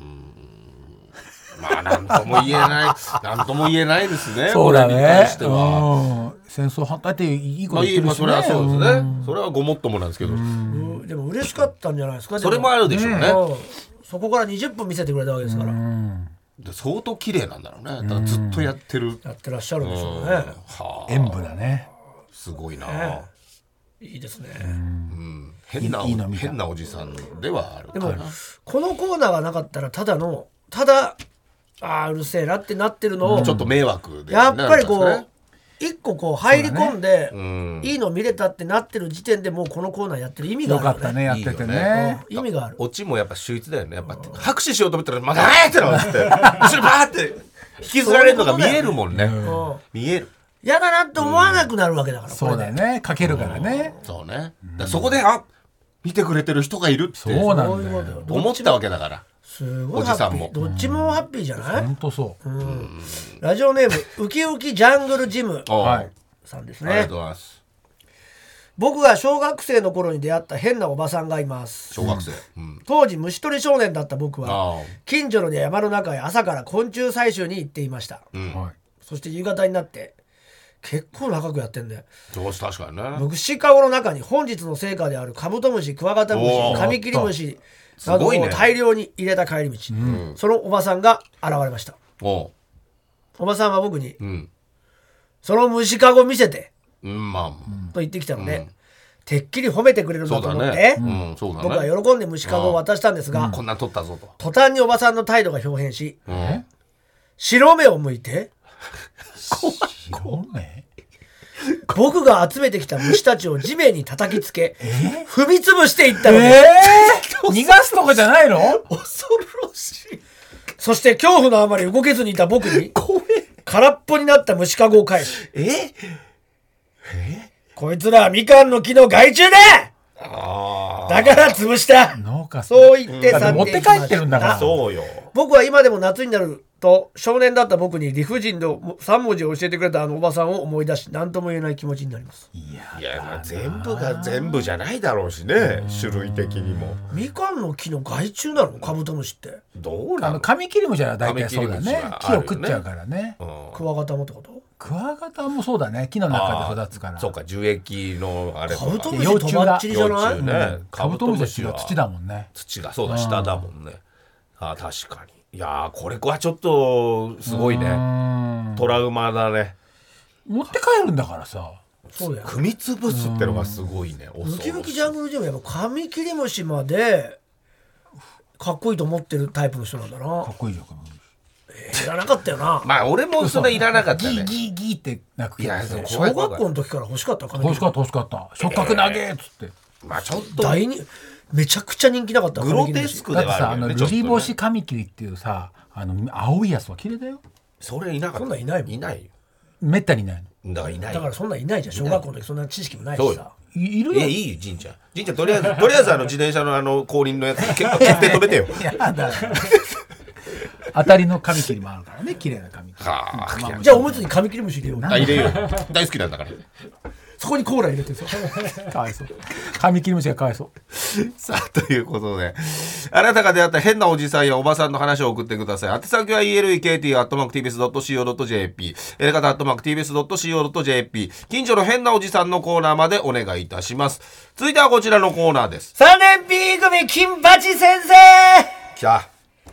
S1: まあなんとも言えないなんとも言えないですね。
S3: そうだね。これに対しては戦争反対っていいこと言ってるしね。
S1: まあ、それはそうですね。それはごもっともなんですけど。
S2: でも嬉しかったんじゃないですか。
S1: それもあるでしょうね。
S2: そこからにじゅっぷん見せてくれたわけですから。
S1: で相当綺麗なんだろうね。だからずっとやってる。
S2: やってらっしゃるんでしょうね。
S3: はあ、演舞だね。
S1: すごいな。
S2: ねいいですね、うん、
S1: 変な、いいの変なおじさんではあるかな。
S2: でもこのコーナーがなかったらただのただあーうるせえなってなってるのを、
S1: うん、ちょっと迷惑で、ね、
S2: やっぱりこう一個こう入り込んで、ねうん、いいの見れたってなってる時点でもうこのコーナーやってる意味があるよね。
S3: よかったねやっててね、
S2: いいよね、うん、意味がある。
S1: オチもやっぱ秀逸だよね。やっぱ拍手しようと思ったらまだーってなって後ろバーって引きずられるのが見えるもんね、うん、見える。
S2: 嫌だなって思わなくなるわけだから、うん、
S3: そうだよねかけるからね、
S1: うん、そうね、だそこであ見てくれてる人がいるって
S3: そうなんだよ
S1: 思ったわけだから
S2: すごいハッピー。どっちもハッピーじゃない。
S3: 本当そう、うん
S2: うん、ラジオネームウキウキジャングルジムさんですね。
S1: ありがとうございます。
S2: 僕が小学生の頃に出会った変なおばさんがいます。
S1: 小学生、
S2: うん、当時虫取り少年だった僕は近所の山の中へ朝から昆虫採集に行っていました、うん、そして夕方になって結構長くやってんで、
S1: どうし確かにね。
S2: 虫かごの中に本日の成果であるカブトムシ、クワガタムシ、カミキリムシなどを大量に入れた帰り道、ね、そのおばさんが現れました。 お, おばさんは僕に、うん、その虫かご見せて、うんまあ、と言ってきたので、うん、てっきり褒めてくれるんだと思って、ねうんね、僕は喜んで虫かごを渡したんですが、
S1: うん、こんな取ったぞと
S2: 途端におばさんの態度が表変し、うん、白目を向いて
S3: 白目
S2: 僕が集めてきた虫たちを地面に叩きつけ、えー、踏み潰していったので、
S3: えー、逃がすとかじゃないの
S1: 恐ろしい。
S2: そして恐怖のあまり動けずにいた僕に空っぽになった虫かごを返し、
S1: ええ
S2: こいつらはみかんの木の害虫だ、あだから潰した、そう言って去っていきました。持って帰ってるんだから。
S1: そうよ。僕
S2: は今でも夏になると少年だった僕に理不尽のさん文字を教えてくれたあのおばさんを思い出し、何とも言えない気持ちになります。
S1: いや、いやまあ全部が全部じゃないだろうしね、種類的にも。
S2: みかんの木の害虫なのカブトムシって。
S1: どうなの。
S3: カミキリムシは大体そうだね、木を食っちゃうからね、
S2: うん、クワガタもってこと。
S3: クワガタもそうだね、木の中で育つから。
S1: そうか、樹液のあれ
S2: カブトムシとばっちりじゃない、
S1: ね、
S3: カブトムシは土だもんね。
S1: 土がそうだ、下だもんね。あ、確かに。いやこれはちょっとすごいね、トラウマだね。
S3: 持って帰るんだからさ。
S2: そうだよ、
S1: 組み潰すってのがすごいね。
S2: ムキムキジャングルジムやっぱカミキリムシまでかっこいいと思ってるタイプの人なんだな。
S3: かっこいいじゃん。
S2: えー、いらなかったよな。
S1: まあ俺もそれいらなかったね。
S3: ギーギーギーって鳴くけど、ね、
S2: 小学校の時から欲しかった。
S3: 欲しかった欲しかった。触覚投げっつって、
S1: えー、まあちょっと
S2: 大にめちゃくちゃ人気なかった。
S1: グロテスクではあるよね。だってさ、あの
S3: ルリボシカミキリっていうさ、あの青いやつは綺麗だよ。
S1: それいなかった。
S2: そんなんいないもん。
S1: いないよ。
S3: めったにいない
S1: の。だからいない。
S2: だからそんなんいないじゃん。小学校の時そんな知識もないしさ。
S3: いるよ。
S1: いや、いいよ、神ちゃん。神ちゃんとりあえずとりあえずあの自転車のあの後輪のやつ決定止めてよ。
S3: やだ。当たりのカミキリもあるからね、綺麗なカミキリ。
S1: はあ、
S2: まあ、じゃあおむつにカミキリムシ入れよう。
S1: あ、入れよう。大好きなんだから。
S2: そこにコーラ入れてさ。
S3: かわいそう。カミキリムシがかわいそう。
S1: さあ、ということで、あなたが出会った変なおじさんやおばさんの話を送ってください。宛先は イーエルイーケーティー アットマーク ティービーエス ドット シーオー ドット ジェーピー、エレカタ アットマーク ティービーエス ドット シーオー ドット ジェーピー、近所の変なおじさんのコーナーまでお願いいたします。続いてはこちらのコーナーです。
S2: さんねん B 組金八先生。
S1: きた。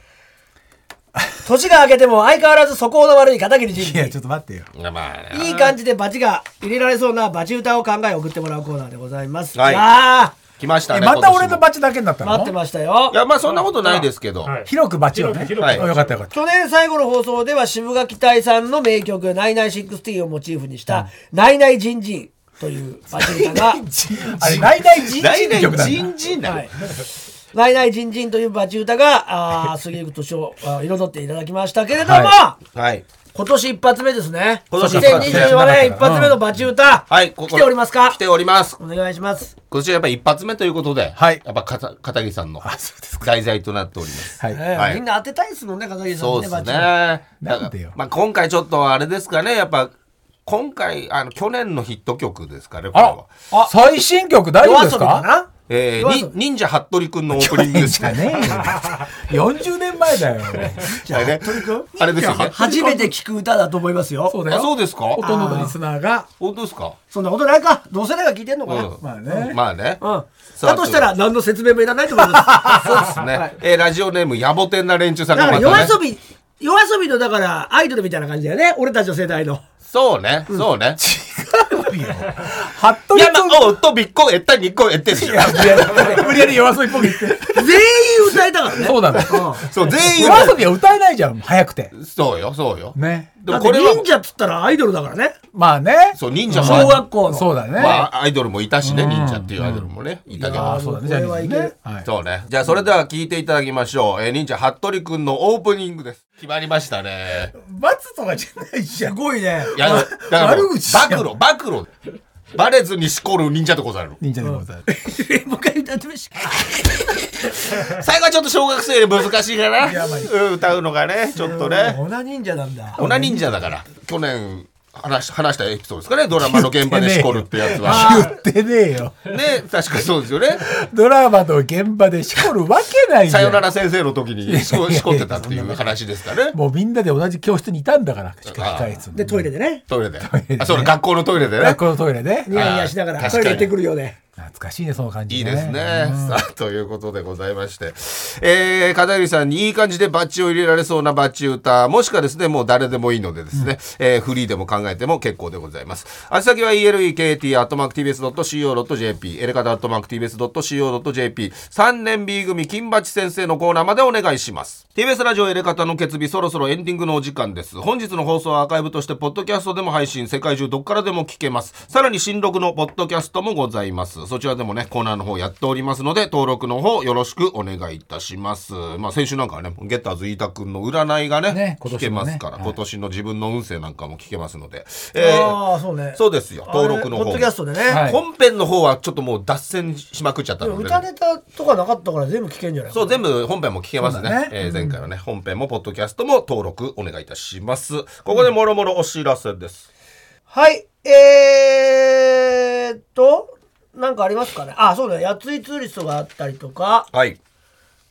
S2: 年が明けても相変わらず素行の悪い片桐仁。
S3: いやちょっと待ってよ。
S1: まあ、
S2: いい感じでバチが入れられそうなバチ歌を考え送ってもらうコーナーでございます。
S1: はい、
S2: いや
S1: 来ましたね。
S3: また俺のバチだけになったの？
S2: 待ってましたよ。
S1: いや、まあそんなことないですけど、
S4: はい、
S3: 広くバチをね。
S4: 広く広く、
S3: はい、よかったよかった。
S2: 去年最後の放送では渋垣隊さんの名曲ナイナイシックスティーンをモチーフにしたナイナイジンジンというバチ歌が
S3: あれナイナイジンジンの曲なんだ。
S1: ジンジンだ。
S2: はい、ナイナイジンジンというバチ歌があ過ぎゆく年を彩っていただきましたけれども、
S1: はい、はい、
S2: 今年一発目ですね。
S1: 今年
S2: にせんにじゅうよねん一発目のバチ歌、
S1: はい、
S2: 来ておりますか？
S1: 来ております。
S2: お願いします。
S1: 今年はやっぱり一発目ということで、
S3: はい、
S1: やっぱ片片桐さんの題材となっております。
S3: はい、
S2: えーはい、みんな当てたいですもんね、片桐さんね。
S1: そうですね。
S3: なんでよ。
S1: まあ今回ちょっとあれですかね、やっぱ今回あの去年のヒット曲ですかね、これは。
S3: あ、最新曲大丈夫ですか？
S1: えー、忍者服部くんのオープニングですね。
S3: よんじゅうねんまえだよ。
S2: じゃあ服部くん
S1: あれですよね。
S2: 初めて聞く歌だと思いますよ。
S3: そうだよ。
S1: あ、そうですか。
S3: ほとんどのリスナーが。
S1: 本当ですか。
S2: そんなことないか。同世代が聞いてんのかな。
S3: まあね。
S1: まあね。
S2: うん。だとしたら何の説明もいらないと思います。
S1: そうですね。えラジオネーム野暮天な連中さんが
S2: だから夜遊び夜遊びのだからアイドルみたいな感じだよね。俺たちの世代の。
S1: そうね、そうね。
S3: 違うよ。服
S1: 部君。おっとびっこえったにこえってんじゃん。
S3: 無理やり夜遊びっぽく言って。
S2: 全員歌えたからね。
S3: そうなんだ。
S1: そう全員
S3: 夜遊びは歌えないじゃん。早くて。
S1: そうよそうよ。
S3: ね。
S2: でもこれ忍者っつったらアイドルだからね。
S3: まあね。
S1: そう忍者も
S2: 小学校の。
S3: そうだね。
S1: まあアイドルもいたしね、忍者っていうアイドルもねいたけど。
S3: そうだね。じゃあね。
S1: そうね。じゃあそれでは聞いていただきましょう。え忍者服部くんのオープニングです。決まりましたね。
S3: 罰とかじゃないじゃん。
S2: すごいね。
S1: いやだから暴露暴露。バレずにしこる忍者でござる。
S3: 忍者でござる。
S2: もう一回歌ってみし。
S1: 最後はちょっと小学生で難しいかな。歌うのがねちょっとね。
S2: オナ忍者なんだ。
S1: オナ忍者だから去年。話, 話したエピソードですかね。ドラマの現場でしこるってやつは
S3: 言ってねえよ
S1: ね。確かそうですよね。
S3: ドラマの現場でしこるわけないじゃん。
S1: さよなら先生の時にし こ, しこってたっていう話ですかね。
S3: もうみんなで同じ教室にいたんだから控室
S2: でトイレでね。
S1: トイレで、ね、あそう学校のトイレでね。
S3: 学校のトイレで
S2: ニヤニヤしながらトイレ行ってくるよね。
S3: 懐かしいねその感じ、ね、
S1: いいですね、うん、さあということでございまして、えー、片桐さんにいい感じでバッジを入れられそうなバッジ歌もしくはですねもう誰でもいいのでですね、うんえー、フリーでも考えても結構でございます。宛先は イーエルイーケーティー アットマーク ティービーエス ドット シーオー ドット ジェーピー エレカタ アットマーク ティービーエス ドット シーオー ドット ジェーピー さんねん B 組金八先生のコーナーまでお願いします。 ティービーエス ラジオエレカタの決日そろそろエンディングのお時間です。本日の放送はアーカイブとしてポッドキャストでも配信世界中どっからでも聞けます。さらに新録のポッドキャストもございます。そちらでもねコーナーの方やっておりますので登録の方よろしくお願いいたします。まあ先週なんかはねゲッターズ飯田くんの占いが ね, ね聞けますから、ねはい、今年の自分の運勢なんかも聞けますので、
S2: えー、ああそうね
S1: そうですよ登録の方
S2: ポッドキャストでね、
S1: はい、本編の方はちょっともう脱線しまくっちゃったので、ね、
S2: 歌ネタとかなかったから全部聞けんじゃない
S1: そう全部本編も聞けますね, ね、えー、前回はね、うん、本編もポッドキャストも登録お願いいたします。ここでもろもろお知らせです、
S2: うん、はいえーっとなんかありますかね。あそうねやついツーリストがあったりとか、
S1: はい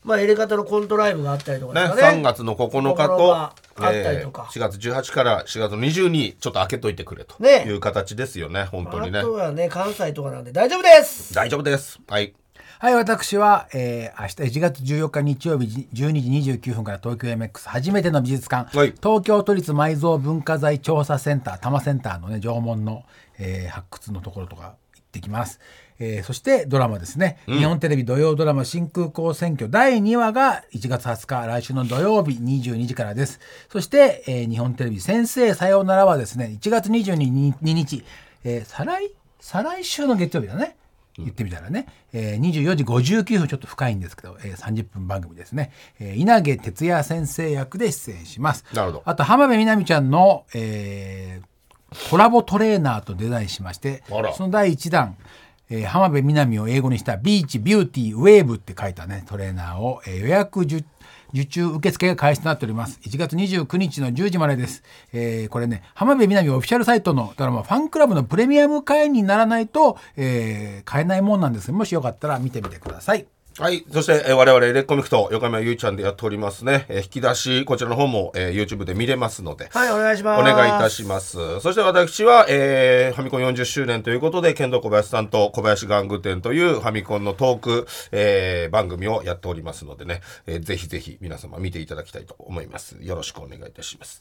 S2: まあエレカタのコントライブがあったりとか
S1: ね、
S2: ですかね、
S1: さんがつのここのかと
S2: あったりとか、
S1: えー、しがつじゅうはちからしがつのにじゅうにちょっと開けといてくれという形ですよね、ね、本当にね。
S2: あとはね関西とかなんで大丈夫です。
S1: 大丈夫です。はい
S3: はい、私は、えー、明日いちがつじゅうよっか日曜日じゅうにじにじゅうきゅうふんから東京 エムエックス 初めての美術館、はい、東京都立埋蔵文化財調査センター多摩センターのね縄文の、えー、発掘のところとか行ってきます。えー、そしてドラマですね、うん、日本テレビ土曜ドラマ新空港選挙だいにわがいちがつはつか来週の土曜日にじゅうにじからです。そして、えー、日本テレビ先生さようならはですねいちがつにじゅうににち、えー、再来再来週の月曜日だね、言ってみたらね、えー、にじゅうよじごじゅうきゅうふんちょっと深いんですけど、えー、さんじゅっぷん番組ですね、えー、稲毛哲也先生役で出演します。
S1: なるほど。
S3: あと浜辺美波ちゃんの、えー、コラボトレーナーとデザインしまして、そのだいいちだん、えー、浜辺美波を英語にしたビーチビューティーウェーブって書いたねトレーナーを、えー、予約受受注受付が開始となっております。いちがつにじゅうくにちのじゅうじまでです。えー、これね浜辺美波オフィシャルサイトのドラマファンクラブのプレミアム会員にならないと、えー、買えないもんなんですが、もしよかったら見てみてください。
S1: はい。そして、えー、我々レッコミクト横山ゆいちゃんでやっておりますね、えー、引き出しこちらの方も、えー、YouTube で見れますので、
S2: はい、お願いします。
S1: お願いいたします。そして私は、えー、ファミコンよんじゅっしゅうねんということで剣道小林さんと小林玩具店というファミコンのトーク、えー、番組をやっておりますのでね、えー、ぜひぜひ皆様見ていただきたいと思います。よろしくお願いいたします。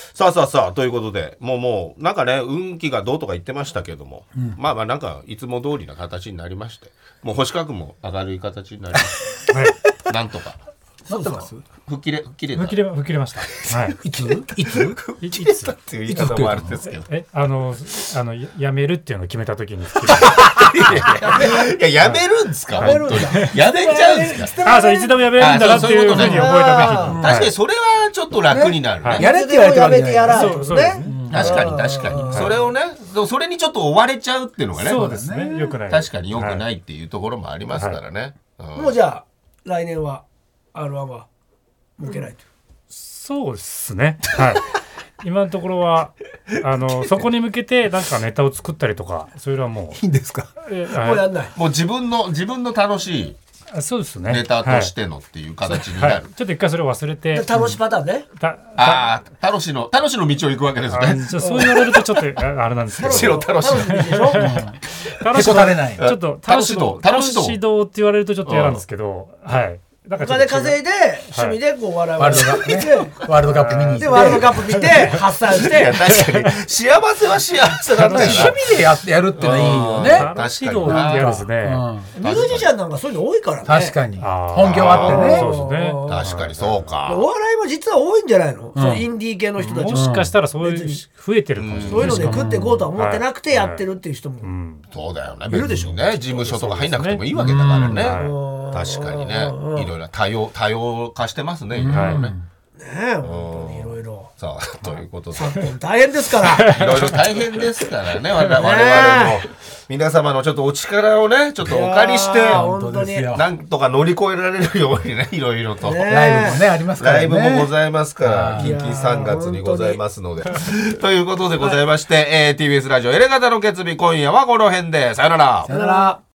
S1: さあさあさあということでもうもうなんかね運気がどうとか言ってましたけども、うん、まあまあなんかいつも通りな形になりまして、もう星角も明るい形になりました。はい、なんとか。
S3: なんとかす。
S1: 吹っ切れ吹っ切れ
S4: 吹っ切れ吹っ切れました。はい。
S3: いついつ
S1: いついつっていう言い方もあるんですけど。
S4: えあのあのやめるっていうのを決めた時に吹っ切れ
S1: た。いややめるんですか、本当に。やめちゃうんですか。
S4: あ、そういつでもやめるんだなっていうふうに覚えた時に。
S1: 確かにそれはちょっと楽になるね。
S3: やれって言われてるわけじゃない。
S2: そうそうですね。
S1: 確かに確かにそれをね、それにちょっと追われちゃうっていうのがね、
S4: そうですね、よくない。
S1: 確かによくないっていうところもありますからね。
S2: もうじゃあ来年は アールワン は向けないと。
S4: そうですね。はい。今のところはあのそこに向けてなんかネタを作ったりとか、そういうのはもう
S3: いいんですか。
S2: えもうやんない。
S1: もう自分の自分の楽しい。
S4: そうですね、
S1: ネタとしてのっていう形になる、はいはい、
S4: ちょっと一回それを忘れて
S2: 楽しいパターンね、
S1: うん、ああ楽しいの楽しいの道を行くわけですね。
S4: そう言われるとちょっとあれなんですけど
S1: 楽しい
S2: でしょ。
S3: 楽しいのない
S4: ちょっと楽しど楽しどって言われるとちょっと嫌なんですけど、はい、
S2: お金稼いで趣味でこう笑う、
S3: ワールドカップね、ワールドカップ見に行って
S2: ワールドカップ見て発散して、
S1: 確かに幸せは幸せだったよ。
S3: 趣味でやってやるってのはいいよね。
S4: 楽しどってやるですね。
S2: ミュージシャンなんかそういうの多いからね。
S3: 確かに本業あってね。
S4: そうですね。
S1: 確かにそうか。
S2: お笑いも実は多いんじゃないの、そうインディー系の人たち
S4: もしかしたらそういう増えてるかもしれない。
S2: そういうので食っていこうとは思ってなくてやってるっていう人も
S1: そうだよね。いるでしょね。事務所とか入んなくてもいいわけだからね。確かにね、いろいろ多様多様化してますね。いろいろね。
S2: ねえ、本当にいろいろ。
S1: さあということで
S2: 大変ですから。
S1: いろいろ大変ですからね。我々も皆様のちょっとお力をねちょっとお借りして
S2: 本当に
S1: なんとか乗り越えられるようにね、いろいろと
S3: ライブもねありますからね。
S1: ライブもございますから近々さんがつにございますのでということでございまして、えー、ティービーエス ラジオエレガタの決日、今夜はこの辺でさよなら。
S2: さよなら。